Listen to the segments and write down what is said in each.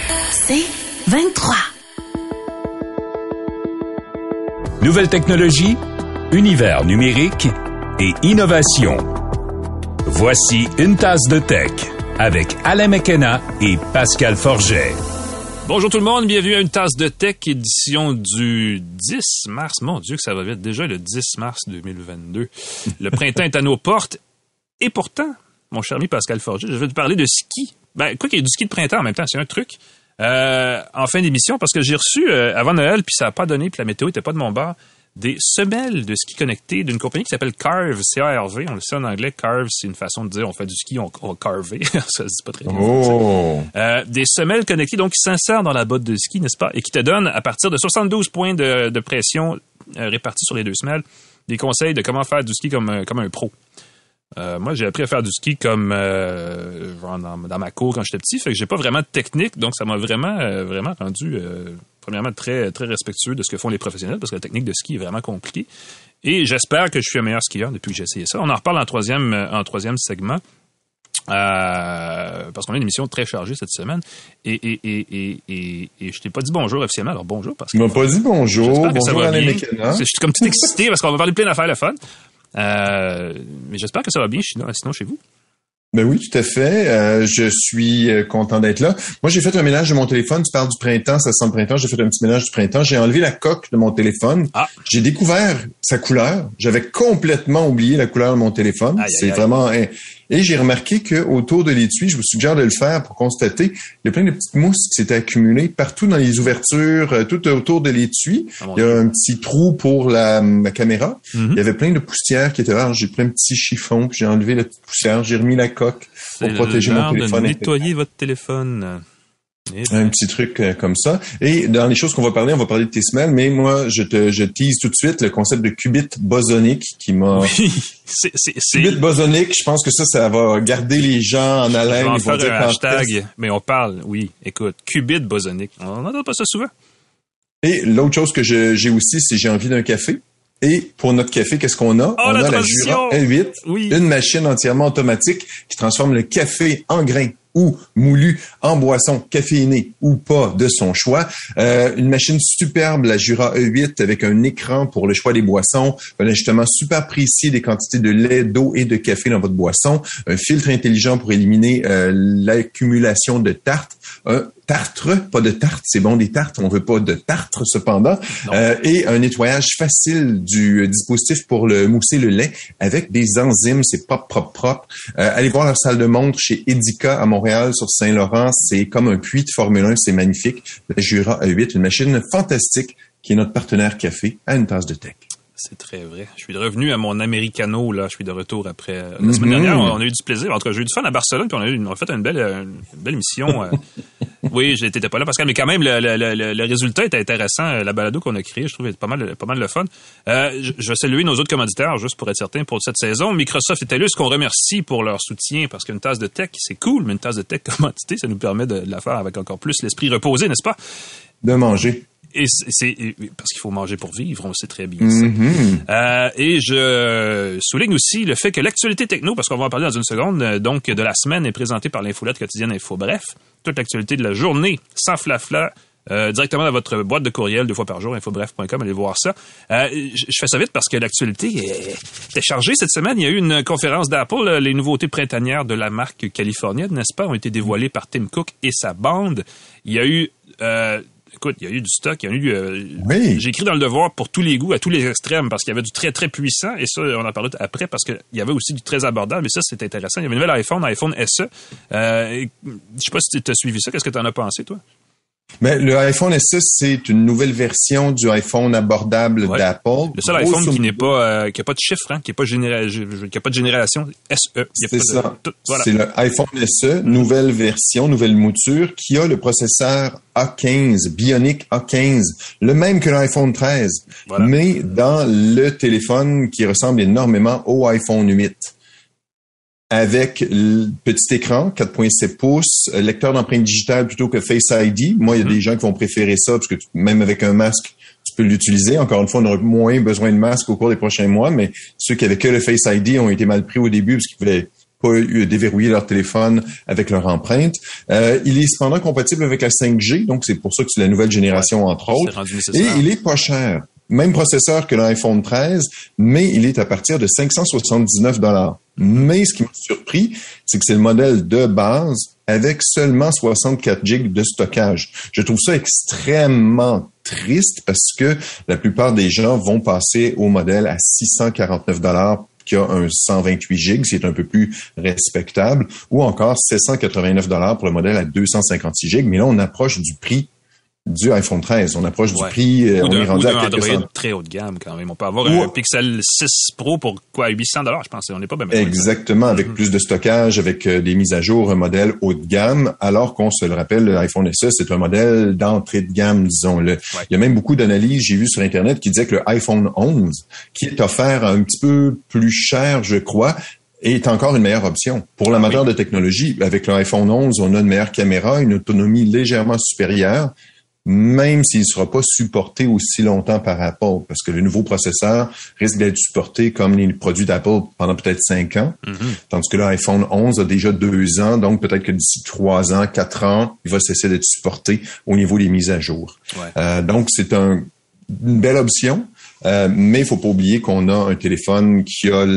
C'est 23. Nouvelles technologies, univers numérique et innovation. Voici une tasse de tech avec Alain McKenna et Pascal Forget. Bonjour tout le monde, bienvenue à une tasse de tech, édition du 10 mars. Mon Dieu que ça va vite, déjà le 10 mars 2022. Le printemps est à nos portes. Et pourtant, mon cher ami Pascal Forget, je vais te parler de ski. Ben, quoi qu'il y ait du ski de printemps en même temps, c'est un truc. En fin d'émission, parce que j'ai reçu avant Noël, puis ça n'a pas donné, puis la météo était pas de mon bord, des semelles de ski connectées d'une compagnie qui s'appelle Carve, C-A-R-V. On le sait en anglais, Carve, c'est une façon de dire on fait du ski, on va carver. Ça se dit pas très bien. Oh. Des semelles connectées, donc qui s'insèrent dans la botte de ski, n'est-ce pas, et qui te donnent, à partir de 72 points de pression répartis sur les deux semelles, des conseils de comment faire du ski comme un pro. Moi, j'ai appris à faire du ski comme dans ma cour quand j'étais petit, fait que j'ai pas vraiment de technique, donc ça m'a vraiment rendu premièrement très très respectueux de ce que font les professionnels, parce que la technique de ski est vraiment compliquée. Et j'espère que je suis un meilleur skieur depuis que j'ai essayé ça. On en reparle en troisième segment. Parce qu'on a une émission très chargée cette semaine et je t'ai pas dit bonjour officiellement, alors bonjour parce que tu m'as pas dit bonjour. Bonjour Alain McKenna. Je suis comme tout excité parce qu'on va parler de plein d'affaires le fun. Mais j'espère que ça va bien sinon chez vous. Ben oui, tout à fait. Je suis content d'être là. Moi, j'ai fait un ménage de mon téléphone. Tu parles du printemps, ça sent le printemps. J'ai fait un petit ménage du printemps. J'ai enlevé la coque de mon téléphone. Ah. J'ai découvert sa couleur. J'avais complètement oublié la couleur de mon téléphone. C'est vraiment... Et j'ai remarqué que autour de l'étui, je vous suggère de le faire pour constater, il y a plein de petites mousses qui s'étaient accumulées partout dans les ouvertures, tout autour de l'étui. Il y a un petit trou pour ma caméra. Mm-hmm. Il y avait plein de poussière qui était là. J'ai pris un petit chiffon, puis j'ai enlevé la petite poussière, j'ai remis la coque pour protéger mon téléphone. De nettoyer votre téléphone. Un petit truc comme ça. Et dans les choses qu'on va parler, on va parler de tes semelles, mais moi, je tease tout de suite le concept de qubit bosonique qui m'a... Oui, Qubit bosonique, je pense que ça va garder les gens en haleine. On va faire un hashtag, mais on parle, oui, écoute, qubit bosonique. On n'entend pas ça souvent. Et l'autre chose que j'ai aussi, c'est j'ai envie d'un café. Et pour notre café, qu'est-ce qu'on a? On a la Jura E8, une machine entièrement automatique qui transforme le café en grains ou moulu en boisson caféinée ou pas de son choix. Une machine superbe, la Jura E8, avec un écran pour le choix des boissons, un ajustement super précis des quantités de lait, d'eau et de café dans votre boisson, un filtre intelligent pour éliminer l'accumulation de tartre, tartre, pas de tarte, c'est bon des tartes, on veut pas de tartre cependant, et un nettoyage facile du dispositif pour le mousser le lait avec des enzymes, c'est propre. Allez voir leur salle de montre chez Edica à Montréal sur Saint-Laurent, c'est comme un puits de Formule 1, c'est magnifique. La Jura E8, une machine fantastique qui est notre partenaire café à une tasse de tech. C'est très vrai. Je suis revenu à mon Americano, là. Je suis de retour après. La semaine dernière, on a eu du plaisir. En tout cas, j'ai eu du fun à Barcelone, puis on a fait une belle émission. Oui, j'étais pas là, Pascal, mais quand même, le résultat était intéressant. La balado qu'on a créée, je trouve, est pas mal le fun. Je vais saluer nos autres commanditaires, juste pour être certain, pour cette saison. Microsoft et TELUS, qu'on remercie pour leur soutien, parce qu'une tasse de tech, c'est cool, mais une tasse de tech commanditée, ça nous permet de la faire avec encore plus l'esprit reposé, n'est-ce pas? De manger. Et c'est parce qu'il faut manger pour vivre, on le sait très bien. Ça. Et je souligne aussi le fait que l'actualité techno, parce qu'on va en parler dans une seconde, donc de la semaine, est présentée par l'infolette quotidienne Info Bref. Toute l'actualité de la journée, sans flafla, directement dans votre boîte de courriel 2 fois par jour, infobref.com, allez voir ça. Je fais ça vite parce que l'actualité est chargée cette semaine. Il y a eu une conférence d'Apple. Les nouveautés printanières de la marque californienne, n'est-ce pas, ont été dévoilées par Tim Cook et sa bande. Il y a eu... Écoute, il y a eu du stock, il y a eu... Oui. J'ai écrit dans le Devoir pour tous les goûts, à tous les extrêmes, parce qu'il y avait du très, très puissant, et ça, on en parlera après, parce qu'il y avait aussi du très abordable, mais ça, c'est intéressant. Il y avait un nouvel iPhone SE. Je sais pas si tu as suivi ça. Qu'est-ce que tu en as pensé, toi? Mais le iPhone SE, c'est une nouvelle version du iPhone abordable d'Apple. Le seul iPhone qui n'est pas, qui a pas de chiffre, hein, qui a pas de génération SE. C'est ça. Voilà. C'est le iPhone SE, nouvelle version, nouvelle mouture, qui a le processeur A15, Bionic A15, le même que l'iPhone 13, mais dans le téléphone qui ressemble énormément au iPhone 8. Avec le petit écran, 4.7 pouces, lecteur d'empreintes digitales plutôt que Face ID. Moi, il y a des gens qui vont préférer ça parce que même avec un masque, tu peux l'utiliser. Encore une fois, on aura moins besoin de masque au cours des prochains mois, mais ceux qui avaient que le Face ID ont été mal pris au début parce qu'ils voulaient pas déverrouiller leur téléphone avec leur empreinte. Il est cependant compatible avec la 5G, donc c'est pour ça que c'est la nouvelle génération, entre autres. Et il est pas cher. Même processeur que l'iPhone 13, mais il est à partir de 579 $. Mais ce qui m'a surpris, c'est que c'est le modèle de base avec seulement 64 GB de stockage. Je trouve ça extrêmement triste parce que la plupart des gens vont passer au modèle à 649 $ qui a un 128 GB, c'est un peu plus respectable, ou encore 789 $ pour le modèle à 256 GB. Mais là, on approche du prix du iPhone 13. On approche du prix, on est rendu à quelques centaines. Très haut de gamme quand même. On peut avoir un Pixel 6 Pro pour quoi, 800 $, je pense. On n'est pas bien. Exactement, avec plus de stockage, avec des mises à jour, un modèle haut de gamme, alors qu'on se le rappelle, l'iPhone SE, c'est un modèle d'entrée de gamme, disons-le. Ouais. Il y a même beaucoup d'analyses, j'ai vu sur Internet, qui disaient que le iPhone 11, qui est offert un petit peu plus cher, je crois, est encore une meilleure option. Pour l'amateur de technologie, avec l'iPhone 11, on a une meilleure caméra, une autonomie légèrement supérieure, même s'il ne sera pas supporté aussi longtemps par Apple, parce que le nouveau processeur risque d'être supporté comme les produits d'Apple pendant peut-être 5 ans, tandis que l'iPhone 11 a déjà 2 ans, donc peut-être que d'ici 3 ans, 4 ans, il va cesser d'être supporté au niveau des mises à jour. Ouais. Donc, c'est une belle option. Mais il faut pas oublier qu'on a un téléphone qui a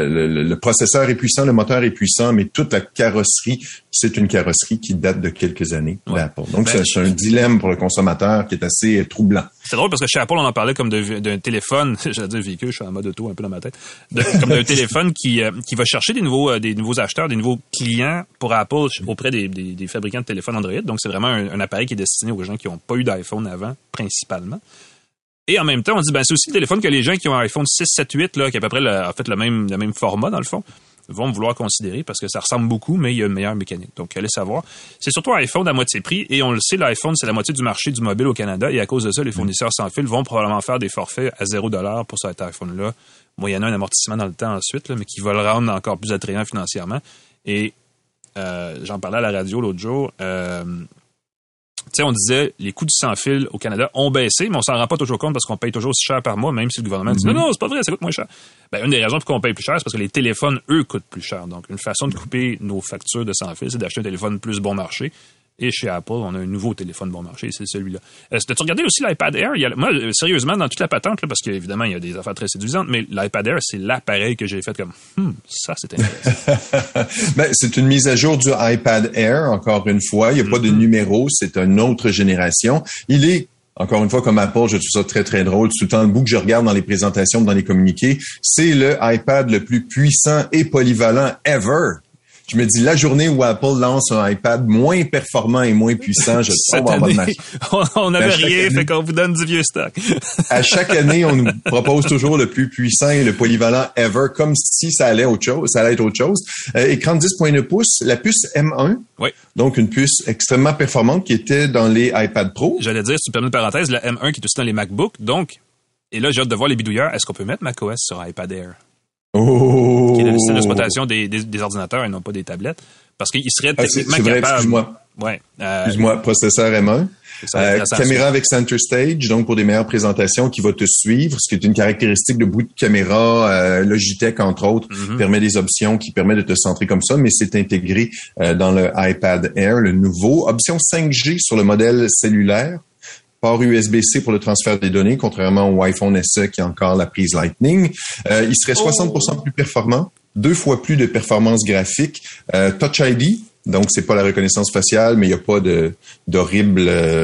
le processeur est puissant, le moteur est puissant, mais toute la carrosserie, c'est une carrosserie qui date de quelques années d'Apple. Donc, c'est un dilemme pour le consommateur qui est assez troublant. C'est drôle parce que chez Apple, on en parlait comme d'un téléphone, j'allais dire véhicule, je suis en mode auto un peu dans ma tête, comme d'un téléphone qui va chercher des nouveaux acheteurs, des nouveaux clients pour Apple auprès des fabricants de téléphones Android. Donc, c'est vraiment un appareil qui est destiné aux gens qui n'ont pas eu d'iPhone avant, principalement. Et en même temps, on dit, c'est aussi le téléphone que les gens qui ont un iPhone 6, 7, 8, là, qui est à peu près le même format, dans le fond, vont vouloir considérer parce que ça ressemble beaucoup, mais il y a une meilleure mécanique. Donc, allez savoir. C'est surtout un iPhone à moitié prix et on le sait, l'iPhone, c'est la moitié du marché du mobile au Canada et à cause de ça, les fournisseurs sans fil vont probablement faire des forfaits à 0 $ pour cet iPhone-là. Moyennant un amortissement dans le temps ensuite, là, mais qui va le rendre encore plus attrayant financièrement. Et j'en parlais à la radio l'autre jour. Tu sais, on disait, les coûts du sans-fil au Canada ont baissé, mais on s'en rend pas toujours compte parce qu'on paye toujours aussi cher par mois, même si le gouvernement dit non, c'est pas vrai, ça coûte moins cher. Une des raisons pour qu'on paye plus cher, c'est parce que les téléphones, eux, coûtent plus cher. Donc, une façon de couper nos factures de sans-fil, c'est d'acheter un téléphone plus bon marché. Et chez Apple, on a un nouveau téléphone bon marché, c'est celui-là. As-tu regardé aussi l'iPad Air? Moi, sérieusement, dans toute la patente, là, parce qu'évidemment, il y a des affaires très séduisantes, mais l'iPad Air, c'est l'appareil que j'ai fait comme, ça, c'est intéressant. C'est une mise à jour du iPad Air, encore une fois. Il n'y a pas de numéro, c'est une autre génération. Il est, encore une fois, comme Apple, je trouve ça très, très drôle. Tout le temps, le bout que je regarde dans les présentations, dans les communiqués, c'est le iPad le plus puissant et polyvalent ever. Je me dis, la journée où Apple lance un iPad moins performant et moins puissant, je sais pas avoir de match. On n'avait rien, fait qu'on vous donne du vieux stock. À chaque année, on nous propose toujours le plus puissant et le polyvalent ever, comme si ça allait être autre chose. Écran de 10.9 pouces, la puce M1. Oui. Donc, une puce extrêmement performante qui était dans les iPad Pro. J'allais dire, si tu permets une parenthèse, la M1 qui est aussi dans les MacBooks. Donc, et là, j'ai hâte de voir les bidouilleurs. Est-ce qu'on peut mettre macOS sur iPad Air? Oh! Qui est le système d'exploitation des ordinateurs et non pas des tablettes. Parce qu'il serait techniquement capable. Excuse-moi. Ouais. Excuse-moi, processeur M1. Caméra avec Center Stage, donc pour des meilleures présentations qui va te suivre, ce qui est une caractéristique de bout de caméra. Logitech, entre autres, permet des options qui permettent de te centrer comme ça, mais c'est intégré dans le iPad Air, le nouveau. Option 5G sur le modèle cellulaire. Port USB-C pour le transfert des données, contrairement au iPhone SE qui a encore la prise Lightning. Il serait 60% plus performant, 2 fois plus de performance graphique. Touch ID, donc c'est pas la reconnaissance faciale, mais il n'y a pas d'horrible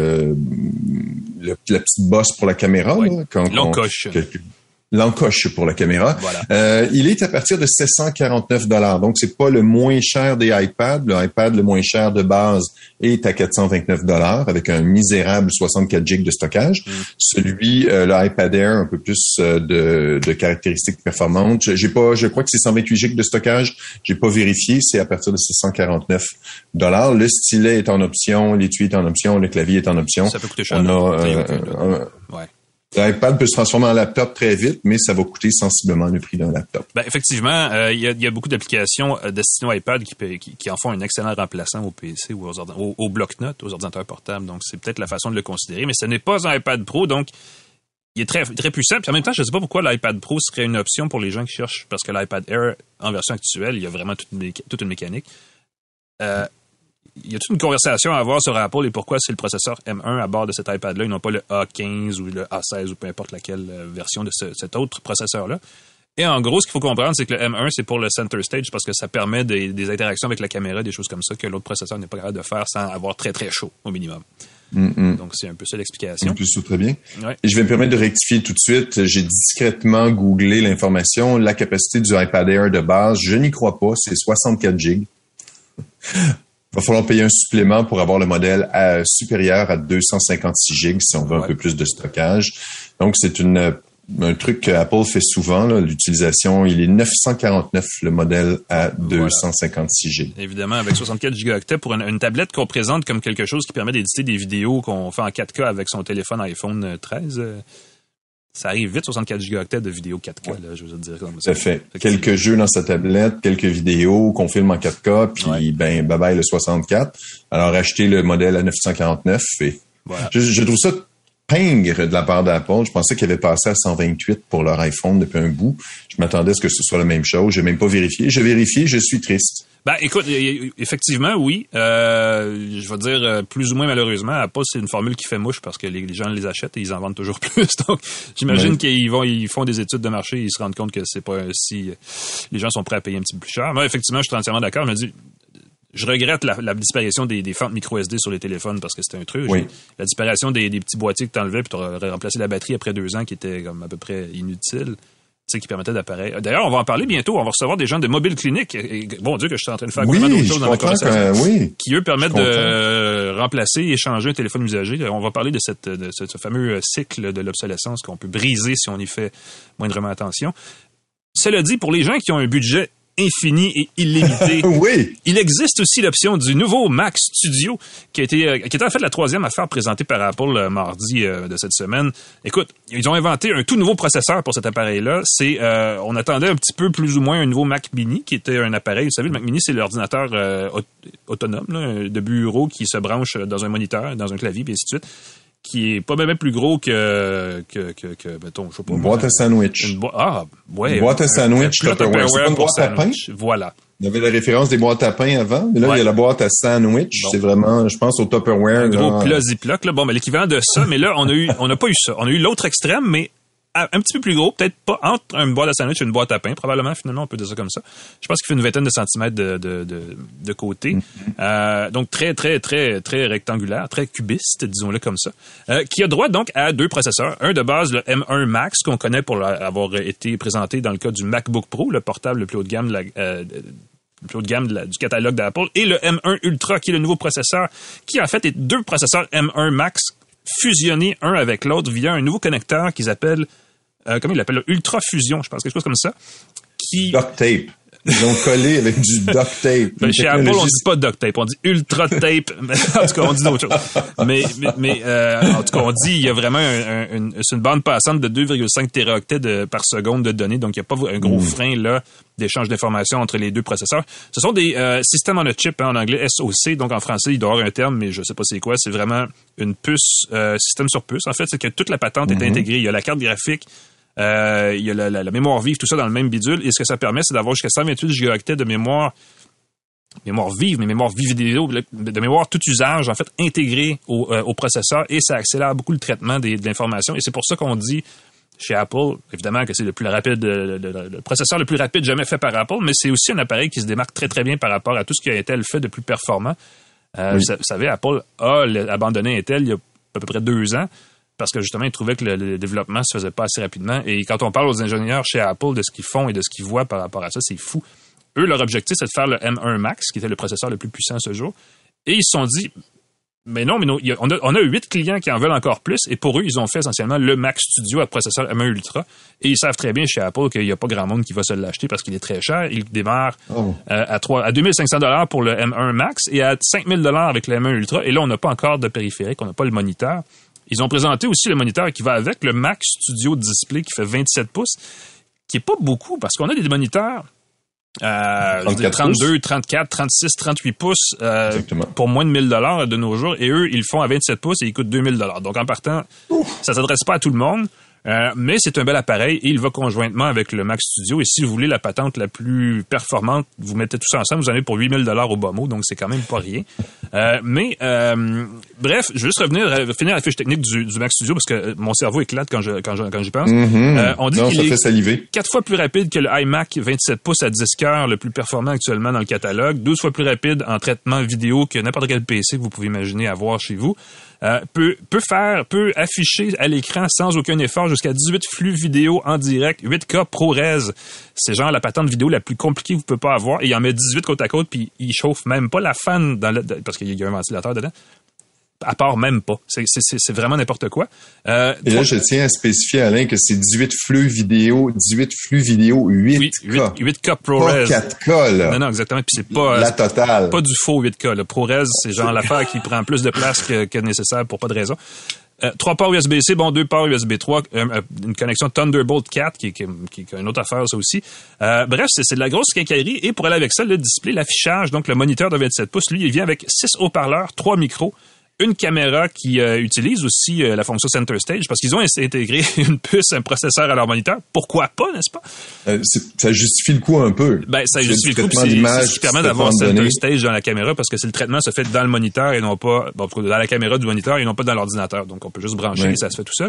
la petite bosse pour la caméra. Oui. Là, l'encoche. L'encoche pour la caméra. Voilà. Il est à partir de 749 $. Donc, c'est pas le moins cher des iPads. Le iPad le moins cher de base est à 429 $ avec un misérable 64 GB de stockage. Celui, le iPad Air, un peu plus de caractéristiques performantes. Je crois que c'est 128 GB de stockage. J'ai pas vérifié. C'est à partir de 649 $. Le stylet est en option, l'étui est en option, le clavier est en option. Ça peut coûter cher. On a L'iPad peut se transformer en laptop très vite, mais ça va coûter sensiblement le prix d'un laptop. Effectivement, il y a beaucoup d'applications destinées au iPad qui en font un excellent remplaçant au PC ou au bloc-notes, aux ordinateurs portables. Donc, c'est peut-être la façon de le considérer. Mais ce n'est pas un iPad Pro, donc il est très, très puissant. Puis en même temps, je ne sais pas pourquoi l'iPad Pro serait une option pour les gens qui cherchent, parce que l'iPad Air, en version actuelle, il y a vraiment toute une mécanique. Il y a toute une conversation à avoir sur Apple et pourquoi c'est le processeur M1 à bord de cet iPad-là et non pas le A15 ou le A16 ou peu importe laquelle version de cet autre processeur-là. Et en gros, ce qu'il faut comprendre, c'est que le M1, c'est pour le center stage parce que ça permet des interactions avec la caméra, des choses comme ça que l'autre processeur n'est pas capable de faire sans avoir très, très chaud au minimum. Donc, c'est un peu ça l'explication. En plus, c'est très bien. Ouais. Et je vais me permettre de rectifier tout de suite. J'ai discrètement googlé l'information. La capacité du iPad Air de base, je n'y crois pas, c'est 64 GB. Il va falloir payer un supplément pour avoir le modèle supérieur à 256 GB si on veut un peu plus de stockage. Donc, c'est un truc que Apple fait souvent, là, l'utilisation. Il est 949 le modèle à 256 GB. Évidemment, avec 64 gigaoctets pour une tablette qu'on présente comme quelque chose qui permet d'éditer des vidéos qu'on fait en 4K avec son téléphone iPhone 13. Ça arrive vite, 64 gigaoctets de vidéos 4K, là, je veux dire. Comme ça. Tout à fait. Quelques jeux dans sa tablette, quelques vidéos qu'on filme en 4K, puis bye bye le 64. Alors, achetez le modèle à 949 et je trouve ça pingre de la part d'Apple. Je pensais qu'ils avaient passé à 128 pour leur iPhone depuis un bout. Je m'attendais à ce que ce soit la même chose. J'ai même pas vérifié. J'ai vérifié, je suis triste. Ben, écoute, effectivement, oui. Je vais dire, plus ou moins malheureusement, Apple, c'est une formule qui fait mouche parce que les gens les achètent et ils en vendent toujours plus. Donc, j'imagine qu'ils font des études de marché et ils se rendent compte que c'est pas si les gens sont prêts à payer un petit peu plus cher. Moi, effectivement, je suis entièrement d'accord. Je me dis, je regrette la disparition des fentes micro SD sur les téléphones parce que c'était un truc. Oui. La disparition des petits boîtiers que t'enlevais puis t'aurais remplacé la batterie après 2 ans qui était comme à peu près inutile. Tu sais, qui permettait d'appareiller. D'ailleurs, on va en parler bientôt. On va recevoir des gens de Mobile Clinic. Et, bon Dieu, que je suis en train de faire vraiment d'autres choses dans la conversation. Qui, eux, permettent de remplacer et échanger un téléphone usagé. On va parler de ce fameux cycle de l'obsolescence qu'on peut briser si on y fait moindrement attention. Cela dit, pour les gens qui ont un budget infini et illimité. Il existe aussi l'option du nouveau Mac Studio qui était en fait la 3e affaire présentée par Apple mardi de cette semaine. Écoute, ils ont inventé un tout nouveau processeur pour cet appareil-là. On attendait un petit peu plus ou moins un nouveau Mac Mini qui était un appareil. Vous savez, le Mac Mini, c'est l'ordinateur autonome là, de bureau qui se branche dans un moniteur, dans un clavier, et ainsi de suite, qui est pas même plus gros que mettons, je sais pas. Une boîte à sandwich. Une boîte à sandwich, Tupperware. C'est pas une boîte à pain? Voilà. Il y avait la référence des boîtes à pain avant, mais là, il y a la boîte à sandwich. Bon. C'est vraiment, je pense, au Tupperware. Un gros plat Ziploc, là. Bon, mais l'équivalent de ça, mais là, on n'a pas eu ça. On a eu l'autre extrême, mais un petit peu plus gros, peut-être pas entre une boîte à sandwich et une boîte à pain, probablement, finalement, on peut dire ça comme ça. Je pense qu'il fait une vingtaine de centimètres de côté. Donc, très, très, très, très rectangulaire, très cubiste, disons-le comme ça. Qui a droit, donc, à 2 processeurs. Un de base, le M1 Max, qu'on connaît pour avoir été présenté dans le cas du MacBook Pro, le portable le plus haut de gamme du catalogue d'Apple, et le M1 Ultra, qui est le nouveau processeur, qui, en fait, est 2 processeurs M1 Max fusionnés un avec l'autre via un nouveau connecteur qu'ils appellent comment il l'appelle, Ultra Fusion, je pense, quelque chose comme ça. Duct tape. Ils ont collé avec du duct tape. Chez Apple, on dit pas duct tape, on dit Ultra Tape. En tout cas, on dit d'autres choses. Mais en tout cas, on dit il y a vraiment c'est une bande passante de 2,5 téraoctets par seconde de données, donc il n'y a pas un gros frein là d'échange d'informations entre les 2 processeurs. Ce sont des systèmes on a chip, en anglais SoC, donc en français, il doit y avoir un terme, mais je sais pas c'est quoi. C'est vraiment une puce, système sur puce. En fait, c'est que toute la patente est intégrée. Il y a la carte graphique, il y a la mémoire vive, tout ça dans le même bidule. Et ce que ça permet, c'est d'avoir jusqu'à 128 gigaoctets de mémoire vive, mais mémoire vive vidéo, de mémoire tout usage, en fait, intégrée au processeur. Et ça accélère beaucoup le traitement de l'information. Et c'est pour ça qu'on dit chez Apple, évidemment, que c'est le processeur le plus rapide jamais fait par Apple, mais c'est aussi un appareil qui se démarque très, très bien par rapport à tout ce que Intel fait de plus performant. Vous savez, Apple a abandonné Intel il y a à peu près 2 ans parce que justement, ils trouvaient que le développement se faisait pas assez rapidement. Et quand on parle aux ingénieurs chez Apple de ce qu'ils font et de ce qu'ils voient par rapport à ça, c'est fou. Eux, leur objectif, c'est de faire le M1 Max, qui était le processeur le plus puissant à ce jour. Et ils se sont dit, mais non, on a 8 clients qui en veulent encore plus, et pour eux, ils ont fait essentiellement le Mac Studio à processeur M1 Ultra. Et ils savent très bien chez Apple qu'il n'y a pas grand monde qui va se l'acheter parce qu'il est très cher. Il démarre à 2500 $ pour le M1 Max et à 5000 $ avec le M1 Ultra. Et là, on n'a pas encore de périphérique, on n'a pas le moniteur. Ils ont présenté aussi le moniteur qui va avec le Mac Studio Display qui fait 27 pouces, qui est pas beaucoup parce qu'on a des moniteurs 32, 34, 36, 38 pouces pour moins de 1000 $ de nos jours, et eux, ils le font à 27 pouces et ils coûtent 2000 $. Donc, en partant, ça s'adresse pas à tout le monde. Mais c'est un bel appareil et il va conjointement avec le Mac Studio. Et si vous voulez la patente la plus performante, vous mettez tout ça ensemble, vous en avez pour 8 000 $ au bas mot, donc c'est quand même pas rien. Bref, je vais juste finir la fiche technique du Mac Studio parce que mon cerveau éclate quand j'y pense. On dit qu'il est 4 fois plus rapide que le iMac 27 pouces à 10 cœurs, le plus performant actuellement dans le catalogue, 12 fois plus rapide en traitement vidéo que n'importe quel PC que vous pouvez imaginer avoir chez vous. Peut afficher à l'écran sans aucun effort jusqu'à 18 flux vidéo en direct, 8K ProRes. C'est genre la patente vidéo la plus compliquée que vous pouvez pas avoir. Et il en met 18 côte à côte, puis il chauffe même pas la fan parce qu'il y a un ventilateur dedans. À part même pas. C'est vraiment n'importe quoi. Et là, je tiens à spécifier, Alain, que c'est 18 flux vidéo 8K. 8K ProRes. Pas 4K, là. Non, exactement. Puis c'est pas... la totale. Pas du faux 8K. Le ProRes, c'est genre l'affaire qui prend plus de place que nécessaire pour pas de raison. 3 ports USB-C, 2 ports USB 3, une connexion Thunderbolt 4, qui est une autre affaire, ça aussi. Bref, c'est de la grosse quincaillerie. Et pour aller avec ça, le display, l'affichage, donc le moniteur de 27 pouces, lui, il vient avec 6 haut-parleurs, 3 micros, une caméra qui utilise aussi la fonction Center Stage parce qu'ils ont intégré une puce, un processeur à leur moniteur. Pourquoi pas, n'est-ce pas? Ça justifie le coup un peu. Ça justifie le coup. C'est ce qui permet d'avoir Center Stage dans la caméra parce que c'est le traitement se fait dans le moniteur et non pas dans la caméra du moniteur et non pas dans l'ordinateur. Donc, on peut juste brancher et ça se fait tout seul.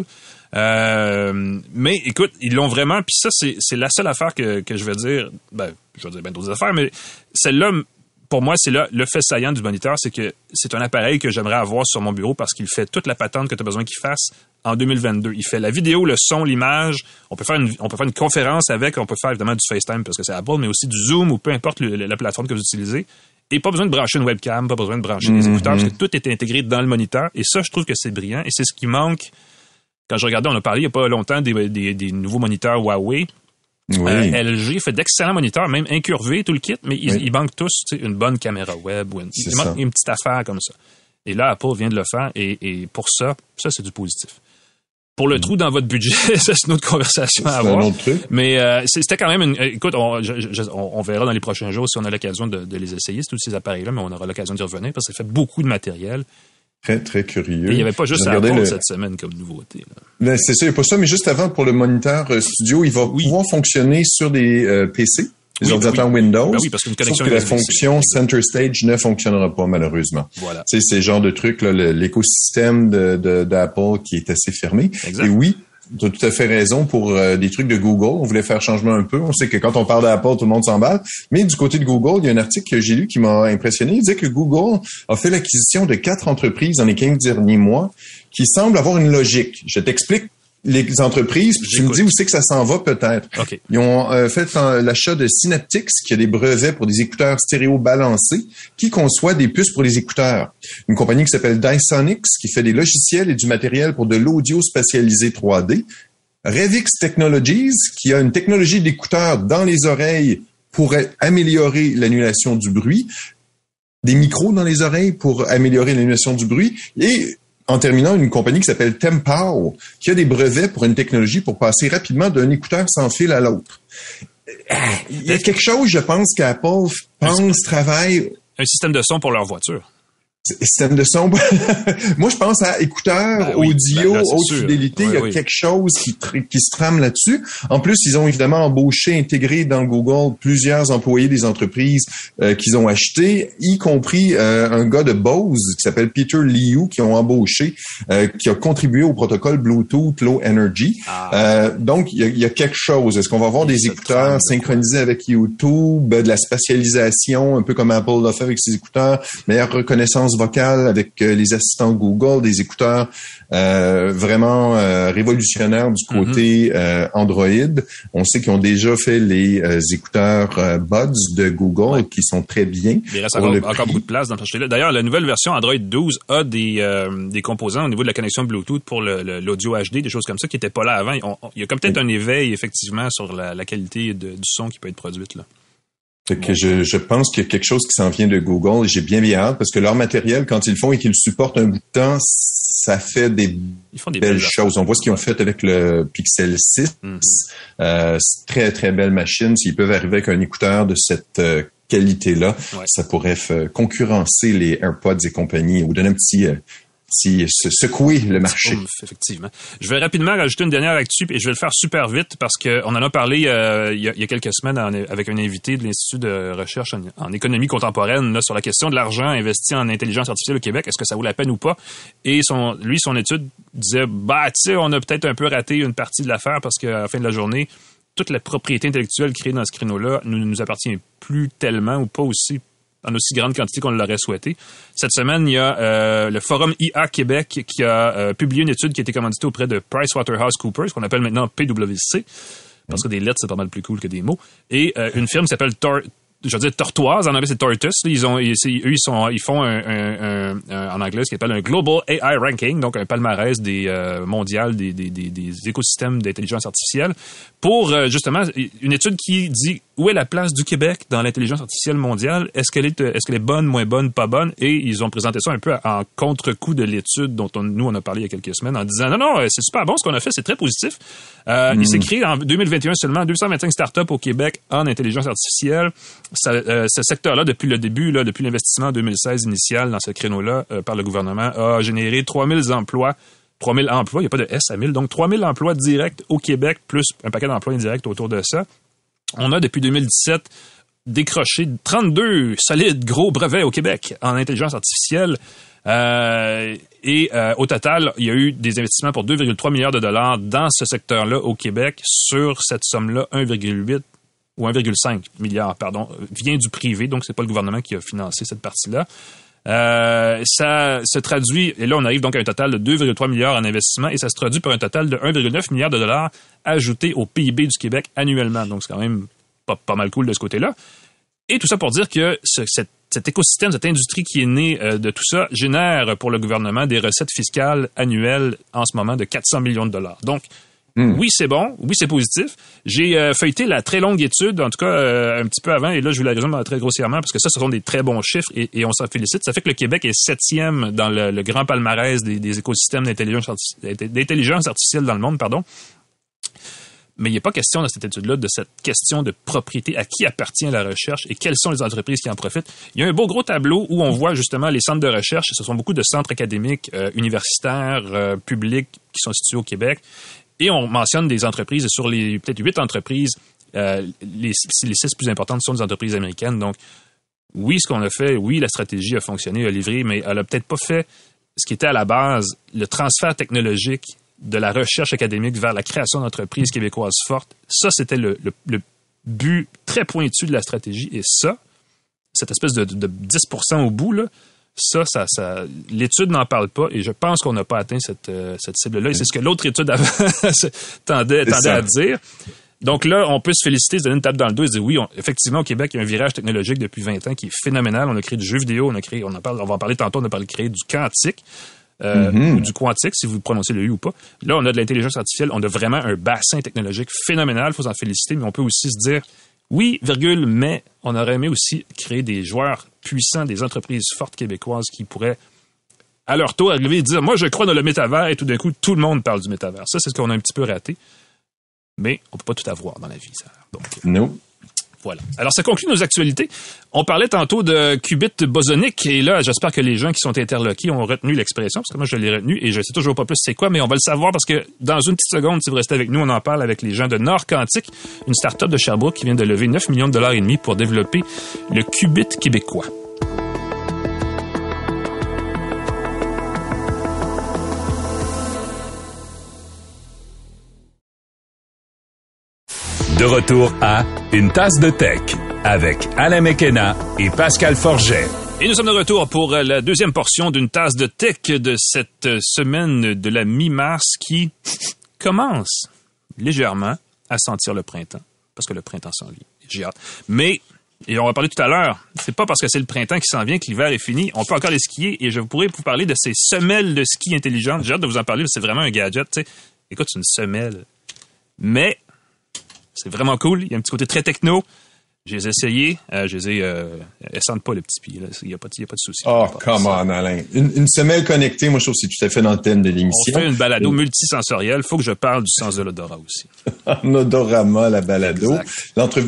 Mais écoute, ils l'ont vraiment. Puis ça, c'est la seule affaire que je vais dire. Je vais dire bien d'autres affaires, mais celle-là... Pour moi, c'est là le fait saillant du moniteur, c'est que c'est un appareil que j'aimerais avoir sur mon bureau parce qu'il fait toute la patente que tu as besoin qu'il fasse en 2022. Il fait la vidéo, le son, l'image. On peut faire une conférence avec, on peut faire évidemment du FaceTime parce que c'est Apple, mais aussi du Zoom ou peu importe la plateforme que vous utilisez. Et pas besoin de brancher une webcam, pas besoin de brancher des écouteurs parce que tout est intégré dans le moniteur. Et ça, je trouve que c'est brillant et c'est ce qui manque. Quand je regardais, on a parlé il n'y a pas longtemps des nouveaux moniteurs Huawei. Oui. LG fait d'excellents moniteurs, même incurvés, tout le kit, mais ils manquent tous une bonne caméra web ou une petite affaire comme ça. Et là, Apple vient de le faire et pour ça, c'est du positif. Pour le trou dans votre budget, ça, c'est une autre conversation à avoir. Un autre truc. Mais c'était quand même écoute, on verra dans les prochains jours si on a l'occasion de les essayer, tous ces appareils-là, mais on aura l'occasion d'y revenir parce que ça fait beaucoup de matériel. Très, très curieux. Et il n'y avait pas juste Apple cette semaine comme nouveauté. Là. C'est ça, il n'y a pas ça, mais juste avant, pour le moniteur studio, il va pouvoir fonctionner sur des PC, les ordinateurs Windows. Ben oui, parce qu'une connexion sauf que la fonction Center Stage ne fonctionnera pas, malheureusement. Voilà. C'est ce genre de truc, là, l'écosystème d'Apple qui est assez fermé. Exact. Et oui, tu as tout à fait raison pour des trucs de Google. On voulait faire changement un peu. On sait que quand on parle d'Apple, tout le monde s'emballe. Mais du côté de Google, il y a un article que j'ai lu qui m'a impressionné. Il disait que Google a fait l'acquisition de 4 entreprises dans les 15 derniers mois qui semblent avoir une logique. Je t'explique les entreprises, puis tu me dis où c'est que ça s'en va peut-être. Okay. Ils ont fait l'achat de Synaptics, qui a des brevets pour des écouteurs stéréo balancés, qui conçoit des puces pour les écouteurs. Une compagnie qui s'appelle Dysonix, qui fait des logiciels et du matériel pour de l'audio spatialisé 3D. Revix Technologies, qui a une technologie d'écouteurs dans les oreilles pour améliorer l'annulation du bruit. Des micros dans les oreilles pour améliorer l'annulation du bruit. Et en terminant, une compagnie qui s'appelle Tempao, qui a des brevets pour une technologie pour passer rapidement d'un écouteur sans fil à l'autre. Il y a quelque chose, je pense, qu'Apple travaille... Un système de son pour leur voiture. Système de son. Moi, je pense à écouteurs, audio, haute fidélité. Il y a quelque chose qui se trame là-dessus. En plus, ils ont évidemment embauché, intégré dans Google plusieurs employés des entreprises qu'ils ont achetées, y compris un gars de Bose qui s'appelle Peter Liu, qui ont embauché, qui a contribué au protocole Bluetooth Low Energy. Donc, il y a quelque chose. Est-ce qu'on va avoir des écouteurs synchronisés avec YouTube, de la spatialisation, un peu comme Apple l'a fait avec ses écouteurs, meilleure reconnaissance vocale avec les assistants Google, des écouteurs vraiment révolutionnaires du côté Android. On sait qu'ils ont déjà fait les écouteurs Buds de Google qui sont très bien. Il reste encore beaucoup de place dans ce projet-là. D'ailleurs, la nouvelle version Android 12 a des composants au niveau de la connexion Bluetooth pour l'audio HD, des choses comme ça qui n'étaient pas là avant. Il y a comme peut-être un éveil effectivement sur la qualité du son qui peut être produite là. Fait que je pense qu'il y a quelque chose qui s'en vient de Google et j'ai bien hâte parce que leur matériel, quand ils le font et qu'ils le supportent un bout de temps, ça fait des belles choses. On voit ce qu'ils ont fait avec le Pixel 6. C'est très, très belle machine. S'ils peuvent arriver avec un écouteur de cette qualité-là, ça pourrait concurrencer les AirPods et compagnie ou donner un petit parti secouer le marché. Effectivement. Je vais rapidement rajouter une dernière actu et je vais le faire super vite parce qu'on en a parlé il y a quelques semaines avec un invité de l'Institut de recherche en économie contemporaine là, sur la question de l'argent investi en intelligence artificielle au Québec. Est-ce que ça vaut la peine ou pas? Et son étude disait, tu sais, on a peut-être un peu raté une partie de l'affaire parce qu'à la fin de la journée, toute la propriété intellectuelle créée dans ce créneau-là ne nous appartient plus tellement ou pas aussi en aussi grande quantité qu'on l'aurait souhaité. Cette semaine, il y a le Forum IA Québec qui a publié une étude qui a été commanditée auprès de PricewaterhouseCoopers, qu'on appelle maintenant PwC, parce que des lettres, c'est pas mal plus cool que des mots, et une firme qui s'appelle Tortoise, en anglais c'est Tortoise. Ils font en anglais ce qu'ils appellent un Global AI Ranking, donc un palmarès mondial des écosystèmes d'intelligence artificielle, pour justement une étude qui dit où est la place du Québec dans l'intelligence artificielle mondiale, est-ce qu'elle est bonne, moins bonne, pas bonne, et ils ont présenté ça un peu en contre-coup de l'étude dont nous on a parlé il y a quelques semaines en disant non, c'est super bon ce qu'on a fait, c'est très positif. Il s'est créé en 2021 seulement 225 startups au Québec en intelligence artificielle. Ce secteur-là, depuis le début, depuis l'investissement en 2016 initial dans ce créneau-là par le gouvernement, a généré 3000 emplois. 3000 emplois, il n'y a pas de S à 1000, donc 3000 emplois directs au Québec, plus un paquet d'emplois indirects autour de ça. On a, depuis 2017, décroché 32 solides gros brevets au Québec en intelligence artificielle. Au total, il y a eu des investissements pour 2,3 milliards de dollars dans ce secteur-là au Québec. Sur cette somme-là, 1,8 ou 1,5 milliard, vient du privé, donc c'est pas le gouvernement qui a financé cette partie-là. Ça se traduit, et là on arrive donc à un total de 2,3 milliards en investissement, et ça se traduit par un total de 1,9 milliard de dollars ajoutés au PIB du Québec annuellement. Donc c'est quand même pas mal cool de ce côté-là. Et tout ça pour dire que cet écosystème, cette industrie qui est née de tout ça, génère pour le gouvernement des recettes fiscales annuelles en ce moment de 400 millions de dollars. Donc, oui, c'est bon. Oui, c'est positif. J'ai feuilleté la très longue étude, en tout cas un petit peu avant, et là, je vais la résumer très grossièrement, parce que ce sont des très bons chiffres, et on s'en félicite. Ça fait que le Québec est 7e dans le grand palmarès des écosystèmes d'intelligence artificielle dans le monde, Mais il n'y a pas question dans cette étude-là de cette question de propriété, à qui appartient la recherche et quelles sont les entreprises qui en profitent. Il y a un beau gros tableau où on voit justement les centres de recherche. Ce sont beaucoup de centres académiques, universitaires, publics qui sont situés au Québec. Et on mentionne des entreprises, sur les peut-être 8 entreprises, les 6 plus importantes sont des entreprises américaines. Donc, oui, ce qu'on a fait, oui, la stratégie a fonctionné, a livré, mais elle a peut-être pas fait ce qui était à la base, le transfert technologique de la recherche académique vers la création d'entreprises québécoises fortes. Ça, c'était le but très pointu de la stratégie. Et ça, cette espèce de 10% au bout, là, ça, l'étude n'en parle pas, et je pense qu'on n'a pas atteint cette cible-là. Et c'est ce que l'autre étude avant tendait à dire. Donc là, on peut se féliciter, se donner une tape dans le dos et se dire oui, effectivement, au Québec, il y a un virage technologique depuis 20 ans qui est phénoménal. On a créé du jeu vidéo, on va en parler tantôt, on a créé du quantique. Ou du quantique, si vous prononcez le U ou pas. Là, on a de l'intelligence artificielle, on a vraiment un bassin technologique phénoménal, il faut s'en féliciter, mais on peut aussi se dire, oui, mais on aurait aimé aussi créer des joueurs puissants, des entreprises fortes québécoises qui pourraient, à leur tour, arriver et dire, moi, je crois dans le métavers, et tout d'un coup, tout le monde parle du métavers. Ça, c'est ce qu'on a un petit peu raté. Mais on peut pas tout avoir dans la vie, ça. Donc, non. Voilà. Alors, ça conclut nos actualités. On parlait tantôt de qubit bosonique, et là, j'espère que les gens qui sont interloqués ont retenu l'expression, parce que moi, je l'ai retenu, et je sais toujours pas plus c'est quoi, mais on va le savoir parce que dans une petite seconde, si vous restez avec nous, on en parle avec les gens de Nord Quantique, une start-up de Sherbrooke qui vient de lever 9 millions de dollars et demi pour développer le qubit québécois. De retour à Une tasse de tech avec Alain McKenna et Pascal Forget. Et nous sommes de retour pour la deuxième portion d'une tasse de tech de cette semaine de la mi-mars qui commence légèrement à sentir le printemps. Parce que le printemps s'en vient. J'ai hâte. Mais, et on va parler tout à l'heure, c'est pas parce que c'est le printemps qui s'en vient que l'hiver est fini. On peut encore les skier et je pourrais vous parler de ces semelles de ski intelligentes. J'ai hâte de vous en parler, c'est vraiment un gadget. T'sais. Écoute, c'est une semelle. Mais c'est vraiment cool. Il y a un petit côté très techno. Je les ai essayés. Elles sentent pas le petit pied. Il n'y a pas de souci. Oh, come on, Alain. Une semelle connectée, moi, je trouve que c'est tout à fait dans le thème de l'émission. On fait une balado multisensorielle. Il faut que je parle du sens de l'odorat aussi. En odorama, la balado.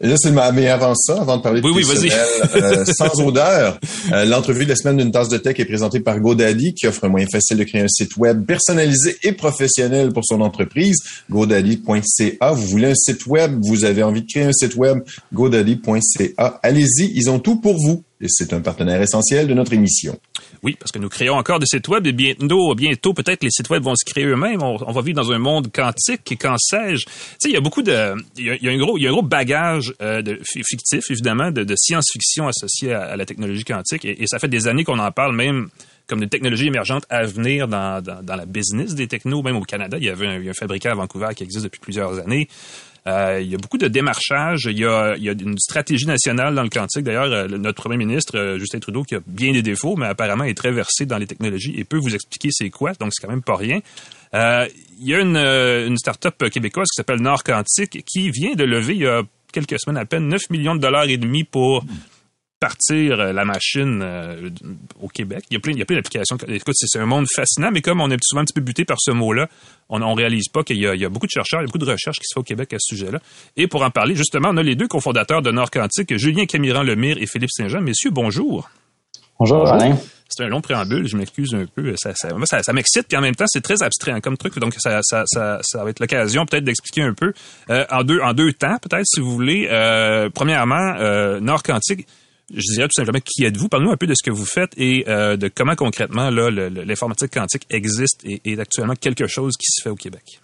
Et là, c'est mais avant ça, avant de parler de vas-y. sans odeur, l'entrevue de la semaine d'une tasse de tech est présentée par GoDaddy, qui offre un moyen facile de créer un site web personnalisé et professionnel pour son entreprise. GoDaddy.ca. Vous voulez un site web, vous avez envie de créer un site web, GoDaddy.ca. Allez-y, ils ont tout pour vous. Et c'est un partenaire essentiel de notre émission. Oui, parce que nous créons encore des sites web et bientôt peut-être les sites web vont se créer eux-mêmes. On va vivre dans un monde quantique et qu'en sais-je. Tu sais, il y a beaucoup il y a un gros bagage de fictif, évidemment, de science-fiction associée à la technologie quantique. Et ça fait des années qu'on en parle, même comme des technologies émergentes à venir dans la business des technos. Même au Canada, il y a un fabricant à Vancouver qui existe depuis plusieurs années. Il y a beaucoup de démarchage. Il y a une stratégie nationale dans le quantique. D'ailleurs, notre premier ministre, Justin Trudeau, qui a bien des défauts, mais apparemment est très versé dans les technologies et peut vous expliquer c'est quoi. Donc, c'est quand même pas rien. Il y a une start-up québécoise qui s'appelle Nord Quantique qui vient de lever, il y a quelques semaines à peine, 9 millions de dollars et demi pour partir la machine au Québec. Il y a plein d'applications. Écoute, c'est un monde fascinant, mais comme on est souvent un petit peu buté par ce mot-là, on réalise pas qu'il y a beaucoup de chercheurs, il y a beaucoup de recherches qui se fait au Québec à ce sujet-là. Et pour en parler, justement, on a les deux cofondateurs de Nord Quantique, Julien Camiran-Lemire et Philippe Saint-Jean. Messieurs, bonjour. Bonjour, Alain. C'est un long préambule, je m'excuse un peu. Ça m'excite, puis en même temps, c'est très abstrait comme truc. Donc, ça va être l'occasion peut-être d'expliquer un peu. En deux temps, peut-être, si vous voulez. Premièrement, Nord Quantique, je dirais tout simplement qui êtes-vous? Parlez-nous un peu de ce que vous faites et de comment concrètement là, l'informatique quantique existe et est actuellement quelque chose qui se fait au Québec.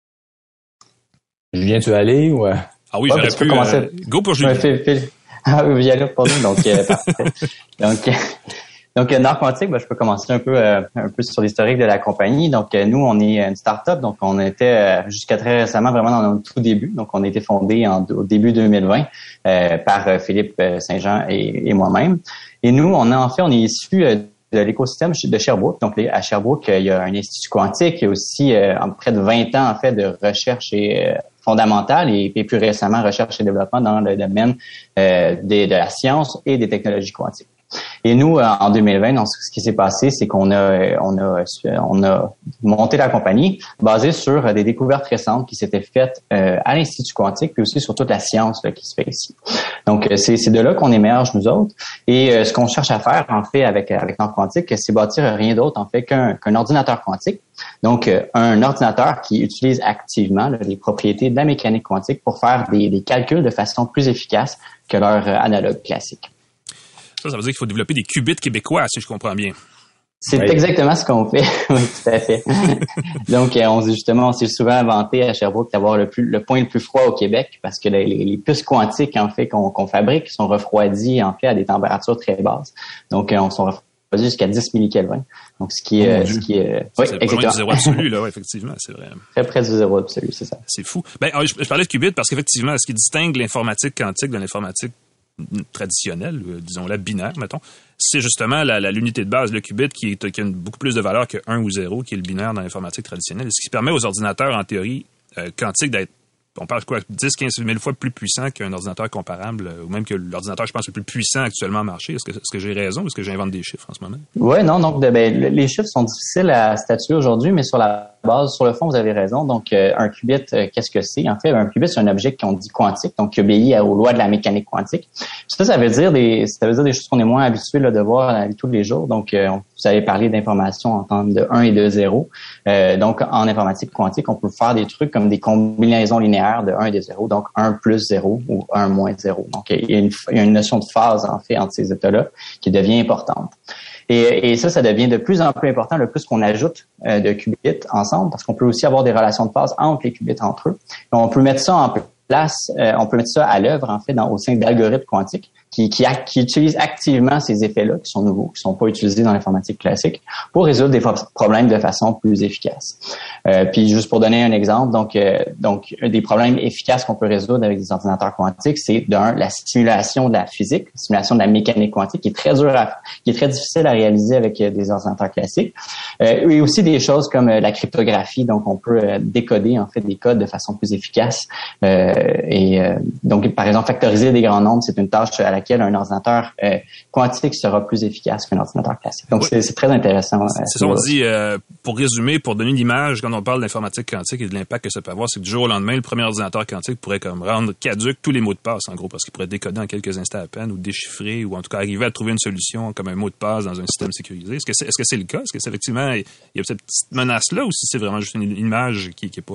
Julien, tu veux aller ou... Ah oui, j'aurais pu... Go pour Julien. Ah oui, j'y allais pour nous, donc parfait. Donc, Nord Quantique, je peux commencer un peu sur l'historique de la compagnie. Donc, nous, on est une start-up, donc on était jusqu'à très récemment vraiment dans notre tout début. Donc, on a été fondé au début 2020 par Philippe Saint-Jean et moi-même. Et nous, on est issu de l'écosystème de Sherbrooke. Donc, à Sherbrooke, il y a un institut quantique, il y a aussi près de 20 ans, en fait, de recherche fondamentale et plus récemment, recherche et développement dans le domaine de la science et des technologies quantiques. Et nous, en 2020, donc, ce qui s'est passé, c'est qu'on a monté la compagnie basée sur des découvertes récentes qui s'étaient faites à l'Institut quantique, puis aussi sur toute la science qui se fait ici. Donc, c'est de là qu'on émerge, nous autres. Et ce qu'on cherche à faire, en fait, avec Nord Quantique, c'est bâtir rien d'autre, en fait, qu'un ordinateur quantique. Donc, un ordinateur qui utilise activement les propriétés de la mécanique quantique pour faire des calculs de façon plus efficace que leur analogue classique. Ça veut dire qu'il faut développer des qubits québécois, si je comprends bien. C'est exactement ce qu'on fait. Oui, tout à fait. Donc, on s'est souvent inventé à Sherbrooke d'avoir le point le plus froid au Québec parce que les puces quantiques, en fait, qu'on fabrique sont refroidies, en fait, à des températures très basses. Donc, on sont refroidis jusqu'à 10 millikelvin. Donc, ce qui est, oui, c'est exactement. Du zéro absolu, là, ouais, effectivement, c'est vrai. Très près du zéro absolu, c'est ça. C'est fou. Je parlais de qubits parce qu'effectivement, ce qui distingue l'informatique quantique de l'informatique traditionnelle, disons-la binaire, mettons, c'est justement l'unité de base, le qubit, qui a beaucoup plus de valeur que 1 ou 0, qui est le binaire dans l'informatique traditionnelle, ce qui permet aux ordinateurs, en théorie, quantiques d'être, on parle quoi, 10-15 000 fois plus puissant qu'un ordinateur comparable, ou même que l'ordinateur, je pense, le plus puissant actuellement à marché. Est-ce que j'ai raison ou est-ce que j'invente des chiffres en ce moment? Oui, non, donc les chiffres sont difficiles à statuer aujourd'hui, mais sur le fond, vous avez raison. Donc, un qubit, qu'est-ce que c'est? En fait, un qubit, c'est un objet qu'on dit quantique, donc qui obéit aux lois de la mécanique quantique. Ça veut dire des choses qu'on est moins habitué de voir dans la vie de tous les jours. Donc, vous avez parlé d'informations en termes de 1 et de 0. Donc, en informatique quantique, on peut faire des trucs comme des combinaisons linéaires de 1 et de 0, donc 1 plus 0 ou 1 moins 0. Donc, il y a une notion de phase, en fait, entre ces états-là qui devient importante. Et ça devient de plus en plus important le plus qu'on ajoute de qubits ensemble, parce qu'on peut aussi avoir des relations de phase entre les qubits entre eux. Et on peut mettre ça en place, on peut mettre ça à l'œuvre, en fait, au sein d'algorithmes quantiques qui utilisent activement ces effets-là, qui sont nouveaux, qui sont pas utilisés dans l'informatique classique, pour résoudre des problèmes de façon plus efficace. Puis juste pour donner un exemple, donc des problèmes efficaces qu'on peut résoudre avec des ordinateurs quantiques, c'est la simulation de la physique, la simulation de la mécanique quantique, qui est très difficile à réaliser avec des ordinateurs classiques. Et aussi des choses comme la cryptographie, donc on peut décoder en fait des codes de façon plus efficace. Donc par exemple factoriser des grands nombres, c'est une tâche à laquelle un ordinateur quantique sera plus efficace qu'un ordinateur classique. Donc, c'est très intéressant. C'est ça, on dit, pour résumer, pour donner une image, quand on parle d'informatique quantique et de l'impact que ça peut avoir, c'est que du jour au lendemain, le premier ordinateur quantique pourrait comme rendre caduque tous les mots de passe, en gros, parce qu'il pourrait décoder en quelques instants à peine, ou déchiffrer, ou en tout cas arriver à trouver une solution comme un mot de passe dans un système sécurisé. Est-ce que c'est le cas? Est-ce que c'est effectivement, il y a cette petite menace-là, ou si c'est vraiment juste une image qui est pas...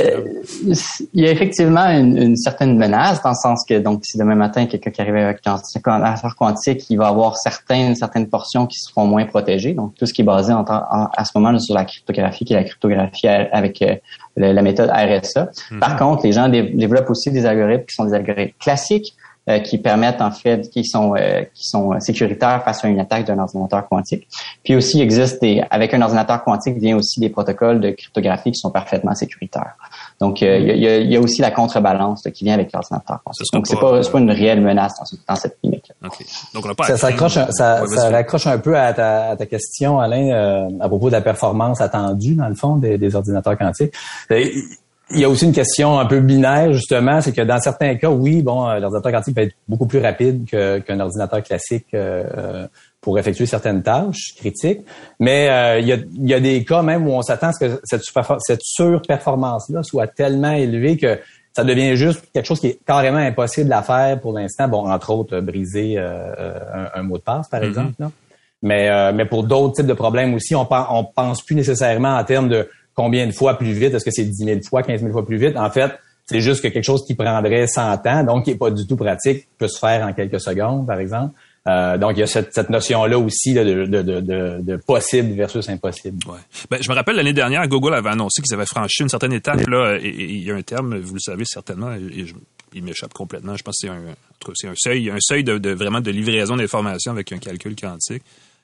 Il y a effectivement une certaine menace, dans le sens que, donc, si demain matin, quelqu'un qui arrive avec un ordinateur quantique, il va avoir certaines portions qui seront moins protégées. Donc, tout ce qui est basé à ce moment sur la cryptographie, qui est la cryptographie avec la méthode RSA. Mm-hmm. Par contre, les gens développent aussi des algorithmes qui sont des algorithmes classiques, qui permettent en fait, qui sont sécuritaires face à une attaque d'un ordinateur quantique. Puis aussi, il existe avec un ordinateur quantique, vient aussi des protocoles de cryptographie qui sont parfaitement sécuritaires. Donc, il y a aussi la contrebalance qui vient avec l'ordinateur quantique. Donc, c'est pas une réelle menace dans cette limite-là. Okay. Donc, on n'a pas ça raccroche un peu à ta question, Alain, à propos de la performance attendue, dans le fond, des ordinateurs quantiques. Il y a aussi une question un peu binaire, justement, c'est que dans certains cas, oui, l'ordinateur quantique peut être beaucoup plus rapide qu'un ordinateur classique pour effectuer certaines tâches critiques, mais il y a des cas même où on s'attend à ce que cette surperformance-là soit tellement élevée que ça devient juste quelque chose qui est carrément impossible à faire pour l'instant. Bon, entre autres, briser un mot de passe, par exemple. Là. Mais pour d'autres types de problèmes aussi, on pense plus nécessairement en termes de combien de fois plus vite? Est-ce que c'est 10 000 fois, 15 000 fois plus vite? En fait, c'est juste que quelque chose qui prendrait 100 ans, donc qui est pas du tout pratique, peut se faire en quelques secondes, par exemple. Donc, il y a cette notion-là aussi là, de possible versus impossible. Ouais. Ben, je me rappelle l'année dernière, Google avait annoncé qu'ils avaient franchi une certaine étape, là, et il y a un terme, vous le savez certainement, il m'échappe complètement. Je pense que c'est un seuil de vraiment de livraison d'informations avec un calcul quantique.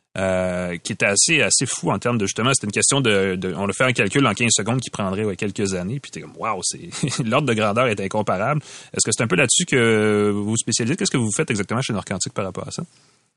Qui était assez fou en termes de, justement, c'était une question on a fait un calcul en 15 secondes qui prendrait quelques années, puis t'es comme, waouh, l'ordre de grandeur est incomparable. Est-ce que c'est un peu là-dessus que vous vous spécialisez? Qu'est-ce que vous faites exactement chez Nord-Quantique par rapport à ça?